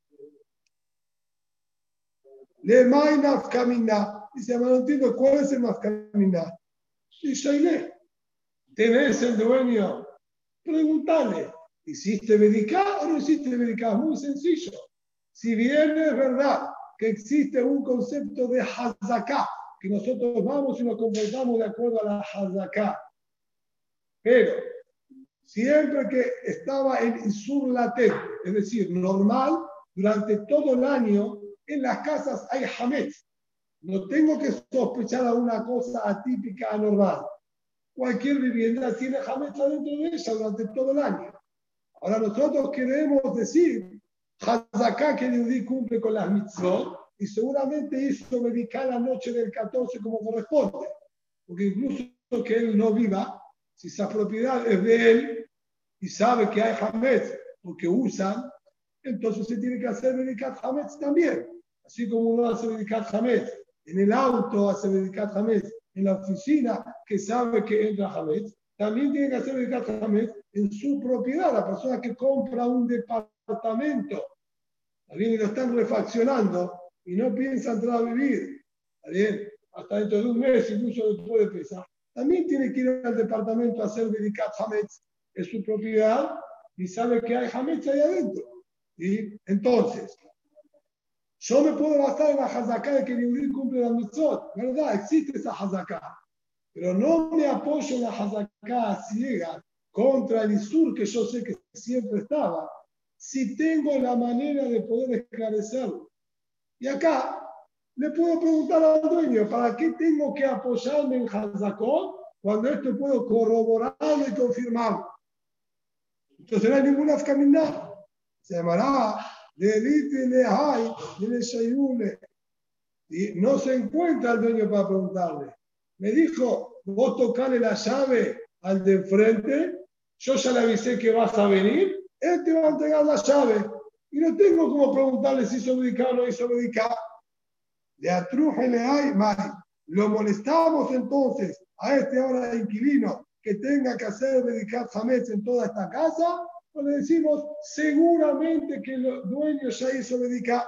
Le mai nafkamina. Dice, no entiendo cuál es el nafkamina. Dice, Shaile, ¿tenés el dueño? Pregúntale, ¿hiciste Berikat o no hiciste Berikat? Muy sencillo. Si bien es verdad que existe un concepto de hazaká, que nosotros vamos y nos comportamos de acuerdo a la hazaká. Pero siempre que estaba en Isur latente, es decir, normal, durante todo el año, en las casas hay hametz. No tengo que sospechar a una cosa atípica, anormal. Cualquier vivienda tiene hametz adentro de ella durante todo el año. Ahora nosotros queremos decir, hazaká que Yehudí cumple con las mitzvot, y seguramente hizo dedicar la noche del 14 como corresponde. Porque incluso que él no viva, si esa propiedad es de él y sabe que hay hametz porque usan, entonces se tiene que hacer dedicar hametz también. Así como uno hace dedicar hametz en el auto, hace dedicar hametz en la oficina, que sabe que entra hametz, también tiene que hacer dedicar hametz en su propiedad. La persona que compra un departamento, también lo están refaccionando y no piensa entrar a vivir, bien, hasta dentro de un mes, incluso después de Pesach, también tiene que ir al departamento a hacer dedicar hametz en su propiedad y sabe que hay hametz ahí adentro. ¿Sí? Entonces, yo me puedo basar en la hazaká de que Yehudí cumple la mitzvot, ¿verdad? Existe esa hazaká, pero no me apoyo en la hazaká ciega contra el Isur que yo sé que siempre estaba, si tengo la manera de poder esclarecerlo. Y acá le puedo preguntar al dueño, ¿para qué tengo que apoyarme en hazakot cuando esto puedo corroborarlo y confirmarlo? Entonces no hay ninguna afkaminah. Se llamará Lelite Lehai Leleshayule. Y no se encuentra el dueño para preguntarle. Me dijo, vos tocale la llave al de enfrente, yo ya le avisé que vas a venir, él te va a entregar la llave. Y no tengo como preguntarle si hizo dedicar o no hizo dedicar. De atruje le hay, lo molestamos entonces a este ahora inquilino que tenga que hacer dedicar hametz en toda esta casa, o le decimos seguramente que el dueño ya hizo dedicar.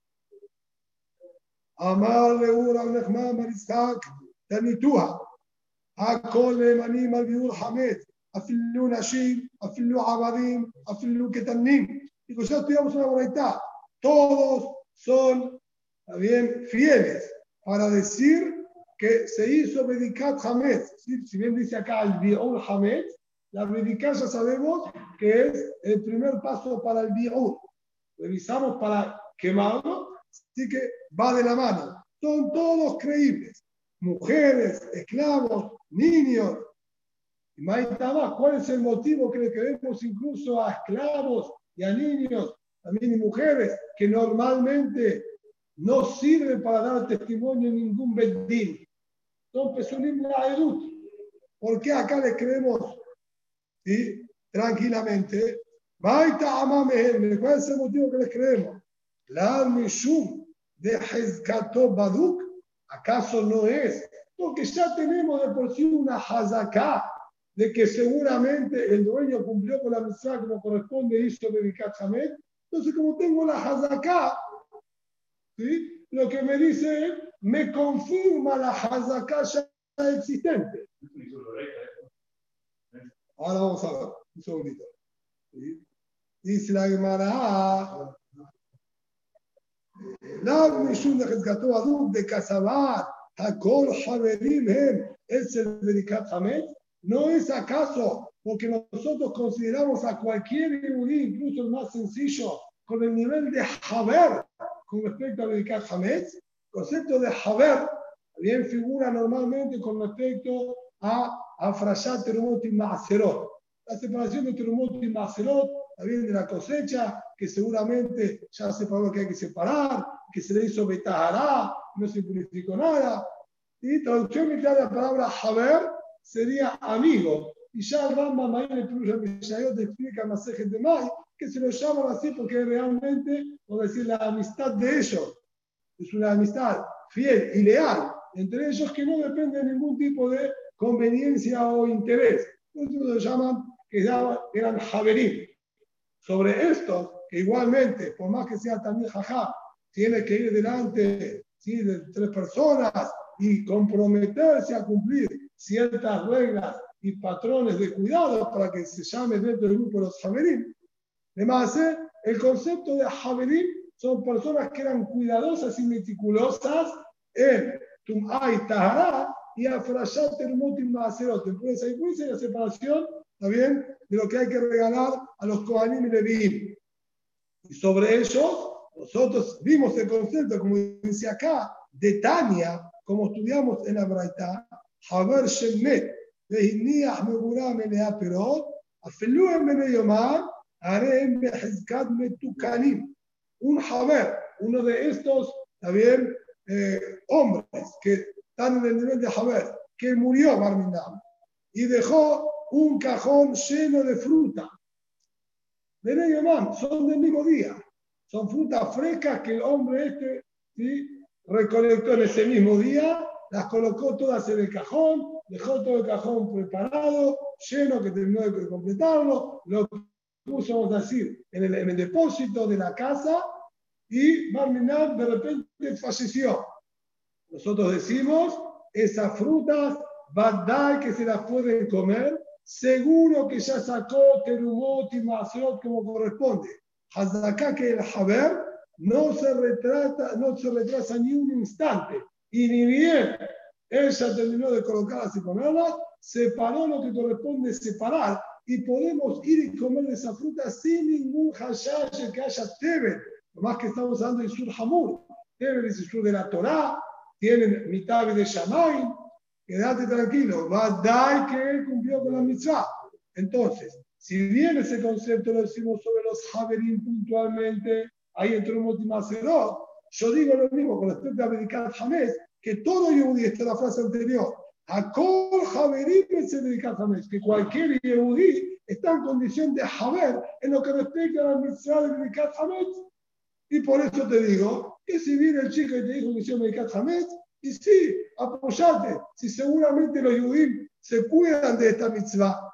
Amar le ura unechma maritzak tanituha hakol lemanim al biur hametz afilu nashim afilu abadim afilu ketanim. Digo, ya estudiamos una bonita. Todos son bien fieles para decir que se hizo Bedikat Hametz. Si bien dice acá el Bi'ur Hametz, la Bedikat ya sabemos que es el primer paso para el Bi'ur. Revisamos para quemarlo, así que va de la mano. Son todos creíbles. Mujeres, esclavos, niños. Y Maitama, ¿cuál es el motivo que le queremos incluso a esclavos y a niños, también y mujeres, que normalmente no sirven para dar testimonio en ningún bedín? Son pesunim la edut. ¿Por qué acá les creemos? ¿Sí? Tranquilamente. Maita amamehem. ¿Cuál es el motivo que les creemos? La mishum de Hezkato Baduk. ¿Acaso no es? Porque ya tenemos de por sí una hazaká de que seguramente el dueño cumplió con la mitzvah como corresponde y hizo dedicar hametz. Entonces, como tengo la hazaká, ¿sí? Lo que me dice él me confirma la hazaká ya existente. Ahora vamos a ver, un segundito. ¿Sí? Dice la Gemara, la mishum de Hezkato Baduk de Kasabar, Hakol Haverim Hem, es el dedicar hametz. ¿No es acaso porque nosotros consideramos a cualquier yehudí, incluso el más sencillo, con el nivel de haber con respecto a dedicar hametz? El concepto de haber bien figura normalmente con respecto a Afrashat Terumot y Maaserot. La separación de Terumot y Maaserot, también de la cosecha, que seguramente ya separó que hay que separar, que se le hizo Betahará, no se purificó nada. Y traducción literal de la palabra haber sería amigo. Y ya el Rambam ahí en el Pirush HaMishayot explica Masejet de Mai que se lo llaman así porque realmente, por decir, la amistad de ellos es una amistad fiel y leal entre ellos que no depende de ningún tipo de conveniencia o interés. Entonces lo llaman que eran Haverim. Sobre estos, que igualmente, por más que sea también jajá, tiene que ir delante, ¿sí?, de 3 personas y comprometerse a cumplir ciertas reglas y patrones de cuidado para que se llame dentro del grupo de los Haverim. Además, el concepto de Haverim son personas que eran cuidadosas y meticulosas en Tum'a y Tahara y Afrashat Termotim Maaserot. Después hay la separación, ¿está bien?, de lo que hay que regalar a los Kohanim y Leviim. Y sobre ellos, nosotros vimos el concepto, como dice acá, de Tania, como estudiamos en la Braita, Haber Shemet, Vehiniach Megurah Melea Perot, Afelu en Beneyomar, Arem Behizkat Metukanim. Un Haber, uno de estos, ¿está bien?, hombres que están en el nivel de Haber, que murió Barminam, y dejó un cajón lleno de fruta. Beneyomar, son del mismo día. Son frutas frescas que el hombre ¿sí?, recolectó en ese mismo día, las colocó todas en el cajón, dejó todo el cajón preparado, lleno, que terminó de completarlo, lo puso, vamos a decir, en el depósito de la casa y Barminan de repente falleció. Nosotros decimos, esas frutas, Badai que se las pueden comer, seguro que ya sacó Terumot y Maserot como corresponde. Hazaká que el Haber no se retrasa ni un instante. Y ni bien ella terminó de colocarlas y comerlas, separó lo que corresponde separar. Y podemos ir y comer de esa fruta sin ningún hashash que haya Teber. Lo más que estamos hablando de Isur Hamur. Teber es Isur de la Torá, tienen mitad de Shamayim. Quédate tranquilo, Badai que él cumplió con la mitzvah. Entonces, si bien ese concepto lo decimos sobre los Haverim puntualmente, ahí entró un último Maserot, yo digo lo mismo con respecto a Bedikat Hametz, que todo Yehudí, esta es la frase anterior, Hakol Haverim es Bedikat Hametz, que cualquier Yehudí está en condición de Haver en lo que respecta a la mitzvah de Bedikat Hametz. Y por eso te digo que si viene el chico y te dijo que hicieron Bedikat Hametz, y sí, apoyate, si seguramente los Yehudim se cuidan de esta mitzvah.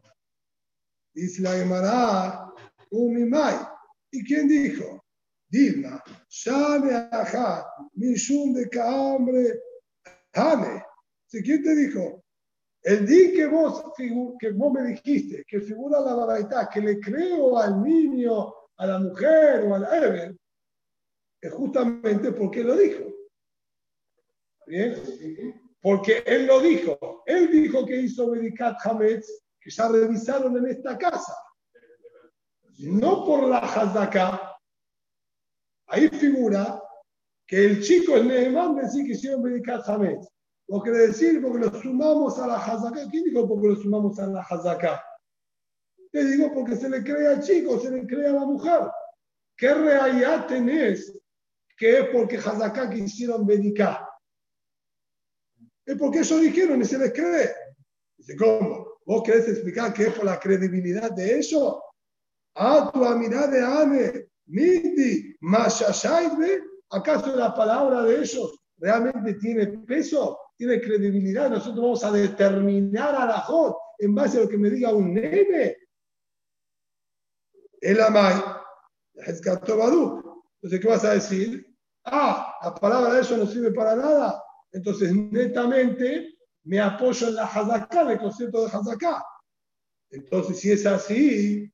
Dice la Gemara, Umimai. ¿Y quién dijo? Dilma, Shane Ajá, Mishum de Kahambre, Hane. ¿Quién te dijo? El día que vos me dijiste, que figura la baraita, que le creo al niño, a la mujer o al Eber, es justamente porque lo dijo. ¿Bien? Porque él lo dijo. Él dijo que hizo Bedikat Hametz, que ya revisaron en esta casa. No por la Hazaká. Ahí figura que el chico es Nehemán decir que hicieron Bedikat Hametz. Lo quiere decir porque lo sumamos a la Hazaká. ¿Quién dijo porque lo sumamos a la Hazaká? Te digo porque se le cree al chico, se le cree a la mujer. ¿Qué realidad tenés que es porque Hazaká que hicieron Bedikat? Es porque ellos dijeron y se les cree. Dice, ¿cómo? ¿Vos querés explicar que es por la credibilidad de ellos? Ah, tu amidad de Ane, Mindi, Mashashaybe, ¿acaso la palabra de ellos realmente tiene peso? ¿Tiene credibilidad? Nosotros vamos a determinar a la Jod en base a lo que me diga un nene. El Amay, entonces, ¿qué vas a decir? Ah, la palabra de ellos no sirve para nada. Entonces, netamente, me apoyo en la Hazaká, en el concepto de Hazaká. Entonces, si es así,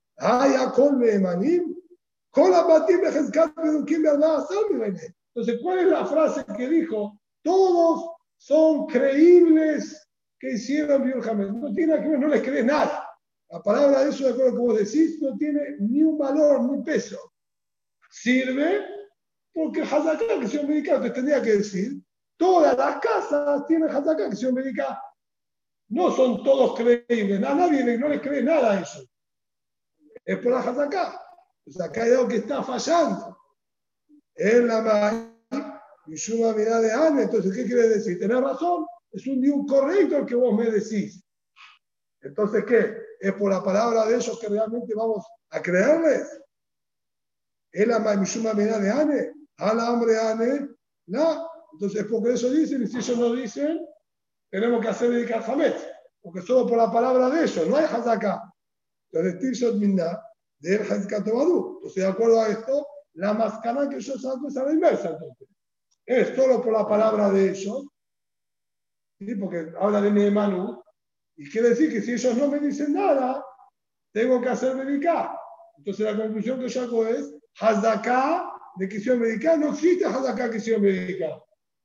entonces, ¿cuál es la frase que dijo? Todos son creíbles que hicieron Biur Hametz. No tiene que ver, no les crees nada. La palabra de eso, de acuerdo con lo que vos decís, no tiene ni un valor, ni peso. Sirve porque Hazaká, que hicieron Bedikat, te tendría que decir, todas las casas tienen Hazaká, que hicieron Bedikat. No son todos creíbles, a nadie no les cree nada a ellos. Es por la Hazaká. O sea, acá hay algo que está fallando. En la May, Mishuma mirá de Ane, entonces, ¿qué quiere decir? Tenés razón, es un dios correcto el que vos me decís. Entonces, ¿qué? ¿Es por la palabra de ellos que realmente vamos a creerles? ¿Es la May, Mishuma mirá de Ane? ¿A la hambre Ane? No. Entonces, porque eso dicen, y si ellos no dicen, tenemos que hacer Bedikat Hametz, porque solo por la palabra de ellos, no hay Hazaká. Entonces, Tirshot Minna, de El Hazaká Tobadú. Entonces, de acuerdo a esto, la mascana que yo saco es a la inversa, entonces. Es solo por la palabra de ellos, ¿sí? Porque habla de Nehemanu, y quiere decir que si ellos no me dicen nada, tengo que hacer Bedikat. Entonces, la conclusión que yo hago es Hazaká de que hicieron Bediká, no existe Hazaká que hicieron Bediká.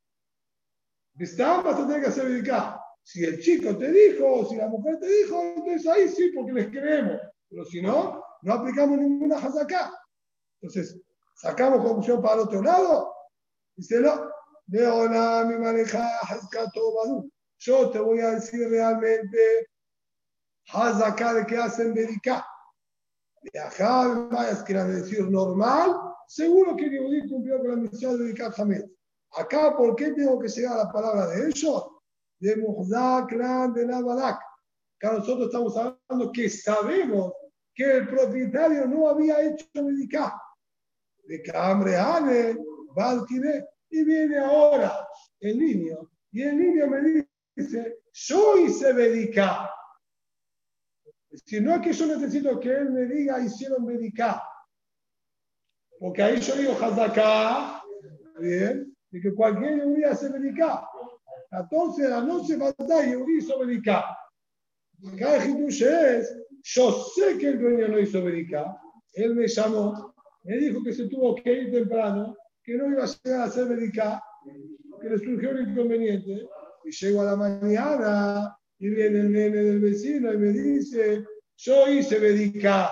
Está, vas a tener que hacer Bediká. Si el chico te dijo, o si la mujer te dijo, entonces ahí sí, porque les creemos. Pero si no, no aplicamos ninguna Hazaká. Entonces, sacamos conclusión para el otro lado. Dice, no, Leona, mi maneja Hazkato Badu. Yo te voy a decir realmente Hazaká de que hacen Bediká. De Ajá, vayas que decir normal, seguro que Yehudí cumplió con la misión de Bediká Hametz. Acá, ¿por qué tengo que llegar a la palabra de ellos? De Muhzak, Lan, de Nabalak. Acá nosotros estamos hablando que sabemos que el propietario no había hecho Bediká. De Cambre Hane, Valkine, y viene ahora el niño, y el niño me dice, yo hice Bediká. Si no es que yo necesito que él me diga, hicieron Bediká. Porque ahí yo digo Hazaká, bien, y que cualquier Yehudí hace Bediká. 14 de la noche, Badá, Yehudí hizo Bediká. Acá el Hidush es, yo sé que el dueño no hizo Bediká. Él me llamó, me dijo que se tuvo que ir temprano, que no iba a llegar a hacer Bediká, que le surgió un inconveniente. Y llego a la mañana y viene el nene del vecino y me dice, yo hice Bediká.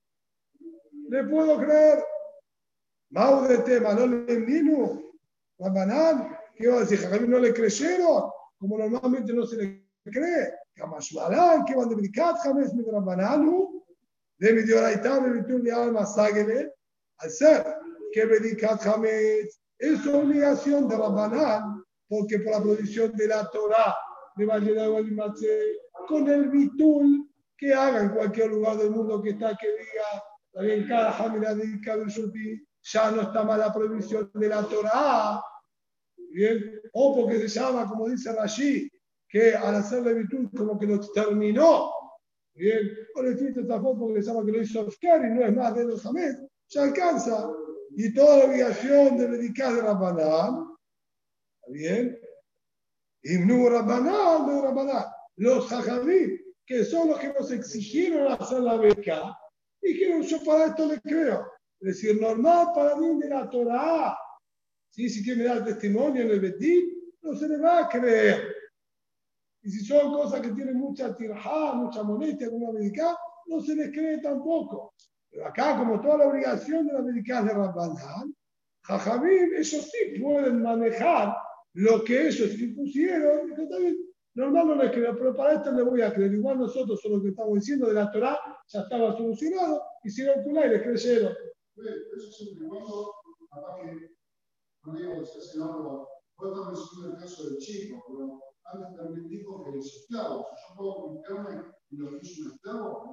¿Le puedo creer? Mau de tema, no le nino, Rambanán, ¿qué iba a decir? ¿A mí no le creyeron? Como normalmente no se le cree. Kamashmalán, que van de Bedikat, James, mi Rambanán, de mi Dioraitá, de mi Tur de Alma, Ságele, al ser que Bedikat James es obligación de Rambanán, porque por la prohibición de la Torah, de Valledad con el bitul que haga en cualquier lugar del mundo que está, que diga, también cada Hamila de Kabel ya no está más la prohibición de la Torah, bien, o porque se llama, como dice Rashi, que al hacerle bitul como que lo exterminó, bien, o le existe esta foto porque se llama que lo hizo Oscar y no es más de los Hamed, ya alcanza, y toda la obligación de dedicar de Rabbanán, bien, Ibnu Rabbanán, no Rabbanán, los Jajamí, que son los que nos exigieron hacer la beca, dijeron, yo para esto le creo. Es decir, normal para mí de la Torah. ¿Sí? Si quiere dar testimonio en el Betín, no se le va a creer. Y si son cosas que tienen mucha tirjá, mucha molestia con la beca, no se les cree tampoco. Pero acá, como toda la obligación de la beca de Rabbanán, Jajamim, ellos sí pueden manejar lo que ellos impusieron, que también normal no les creo, pero para esto le voy a creer. Igual nosotros, son lo que estamos diciendo de la Torah, ya estaba solucionado, hicieron culá y les creyeron. Eso siempre y cuando, capaz que, no digo que esté cenando, puedo también mencionar el caso del chico, pero antes también dijo que los esclavos, yo puedo comunicarme y lo que es un esclavo,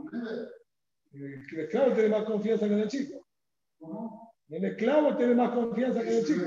El esclavo tiene más confianza que el chico. ¿cómo? El esclavo tiene más confianza que el chico.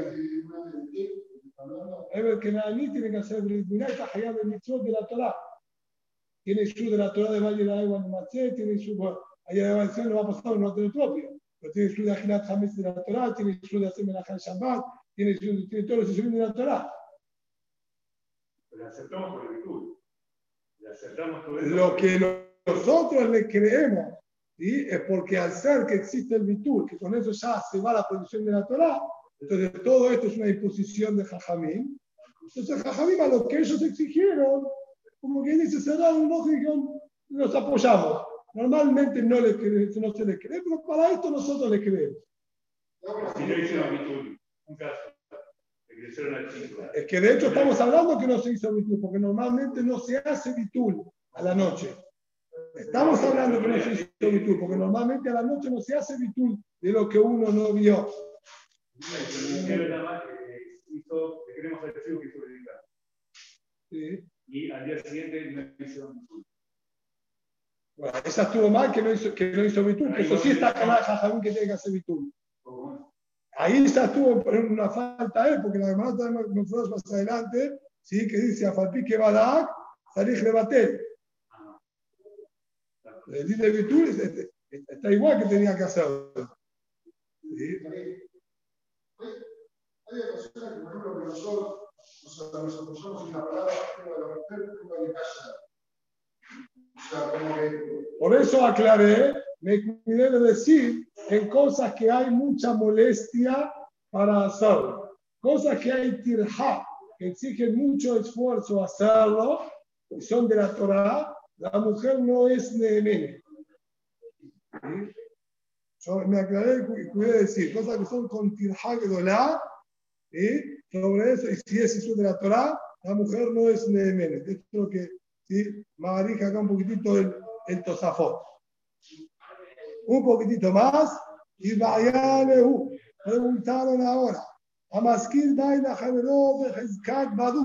Es que Naní tiene que hacer Mirá, está hallando el mitzvot de la Torah. Tiene su de la Torah de Valle de Agua de Macé, tiene su. Allá de Valle no va a pasar un orden propio. Pero tiene su de Ajilat Hametz de la Torah, tiene su de hacer Melajal Shabbat, tiene todos los instrumentos de la Torah. Pero aceptamos por el virtud. Le aceptamos todo eso. Lo que nosotros le creemos, ¿sí? Es porque al ser que existe el bitul, que con eso ya se va la prohibición de la Torah, entonces todo esto es una imposición de Jajamim. Entonces Jajamim a lo que ellos exigieron, como que dice, cerraron un ojo y dijeron, nos apoyamos. Normalmente no se le cree, pero para esto nosotros le creemos. Si no hicieron bitul, un caso, le crecieron al chico. Es que de hecho estamos hablando que no se hizo bitul, porque normalmente no se hace bitul a la noche. Estamos hablando que no se hizo bitul, porque normalmente a la noche no se hace bitul de lo que uno no vio. Nada más que hizo, le queremos al chico que hizo dedicar. Sí. Y al día siguiente no hicieron bitul. Bueno, esa estuvo mal que no hizo bitul, que eso sí está calada Jajamín que tiene que hacer bitul. Ahí ya estuvo una falta él, porque la demás nosotros más adelante, ¿sí? Que dice a Falpi que va a dar, salir de bater. El día de bitul está igual que tenía que hacerlo. ¿Sí? Hay ocasiones que, por ejemplo, que nosotros nos apoyamos en una palabra, tengo que romper, tengo que callar. O sea, como que Por eso aclaré, me cuidé de decir en cosas que hay mucha molestia para hacerlo. Cosas que hay tirja, que exigen mucho esfuerzo hacerlo, y son de la Torah, la mujer no es nene. ¿Sí? Yo me aclaré y cuidé de decir cosas que son con tirja gedolá, ¿sí? Sobre eso, y si es eso de la Torah, la mujer no es nene. Esto es lo que ¿sí? Magarija acá un poquitito el Tosafot. Un poquitito más, y Bayalehu. Preguntaron ahora. Amaskil Baila Javeró Bejezkat Badu.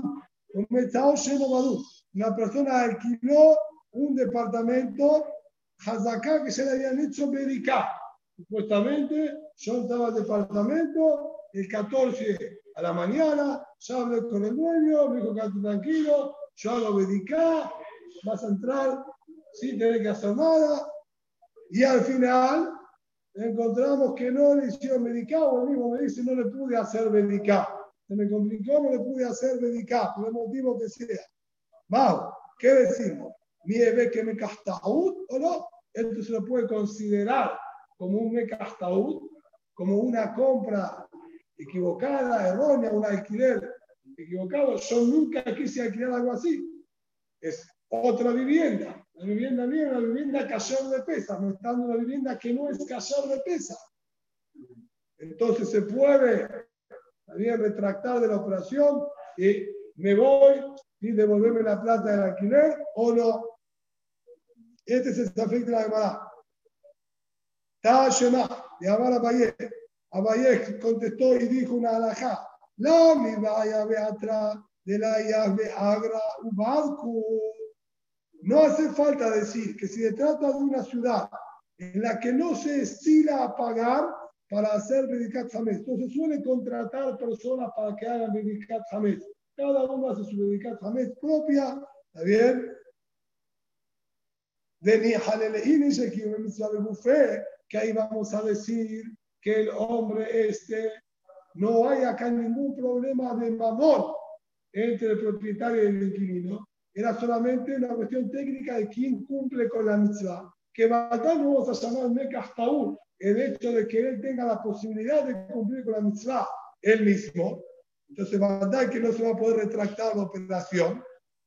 Una persona alquiló un departamento Hazaká que se le habían hecho Medicá. Supuestamente, yo estaba en el departamento el 14 a la mañana, ya hablé con el dueño, me dijo, quédate tranquilo, yo hago Medicá, vas a entrar sin tener que hacer nada. Y al final encontramos que no le hicieron Medicá, o el mismo me dice, no le pude hacer Medicá. Se me complicó, no le pude hacer Medicá, por el motivo que sea. Vamos, ¿qué decimos? ¿Nieve que me castaúd o no? Esto se lo puede considerar como un mecastaúd, como una compra equivocada, errónea, un alquiler equivocado. Yo nunca quise alquilar algo así. Es otra vivienda. La vivienda mía es una vivienda cayer de pesa. Me está dando una vivienda que no es cayer de pesa. Entonces se puede también retractar de la operación y me voy y devolverme la plata del alquiler o no. Este es el efecto de la Gemara. Tashema, de Amar Abayé. Abayé contestó y dijo una alajá. La mi vaya beatra de la llave agra ubarco. No hace falta decir que si se trata de una ciudad en la que no se estila a pagar para hacer Bedikat Hametz, entonces suele contratar personas para que hagan Bedikat Hametz. Cada uno hace su Bedikat Hametz propia, ¿está bien? De Nihaleleín dice que en mitzvah de buffet, que ahí vamos a decir que el hombre no hay acá ningún problema de mamón entre el propietario y el inquilino. Era solamente una cuestión técnica de quién cumple con la mitzvah. Que Badá no vamos a llamar Mekastaúl, el hecho de que él tenga la posibilidad de cumplir con la mitzvah él mismo. Entonces Badá que no se va a poder retractar la operación.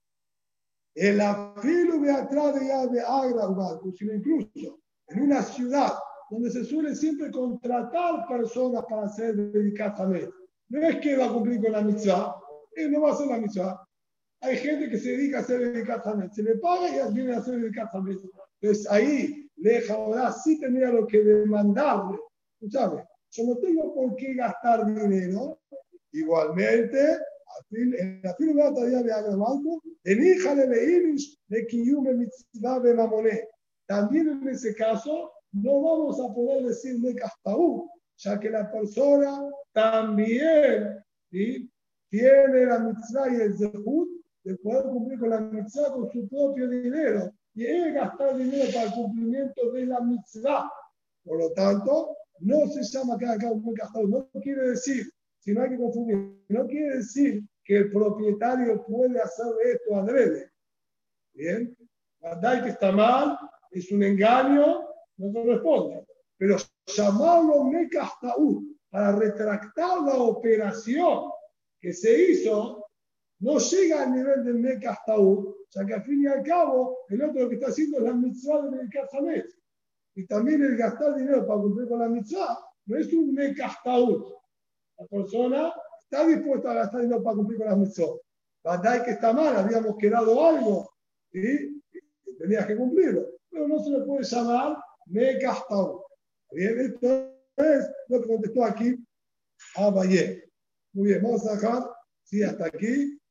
El afilo de atrás de llave agra, sino incluso en una ciudad donde se suele siempre contratar personas para hacer Bedikat Hametz. No es que va a cumplir con la mitzvah, él no va a hacer la mitzvah. Hay gente que se dedica a hacer Bedikat Hametz, se le paga y viene a hacer Bedikat Hametz. Entonces ahí, ahora sí tendría lo que demandarle. ¿Tú sabes? Yo no tengo por qué gastar dinero. Igualmente, en la firma todavía de Agramalco, en hija de Leinish, de Kiyume Mitzvah de Mamoné. También en ese caso, no vamos a poder decirle Castaú, ya que la persona también ¿sí? Tiene la mitzvah y el zehut de poder cumplir con la mitzvah con su propio dinero. Y es gastar dinero para el cumplimiento de la mitzvah. Por lo tanto, no se llama cada un Castaú. No quiere decir, si no hay que confundir, no quiere decir que el propietario puede hacer esto adrede. Bien, verdad que está mal, es un engaño, no corresponde. Pero llamarlo Mekastaú para retractar la operación que se hizo, no llega al nivel del Mekastaú, ya que al fin y al cabo, el otro lo que está haciendo es la mitzvah de Bedikat Hametz. Y también el gastar dinero para cumplir con la mitzvah no es un Mekastaú. La persona está dispuesta a gastar dinero para cumplir con la mitzvah. Verdad que está mal, habíamos quedado algo, ¿sí? Tenías que cumplirlo. Pero no se le puede llamar Mekastaú. Bien, esto es lo que contestó aquí Abayé. Muy bien, vamos a dejar, sí, hasta aquí.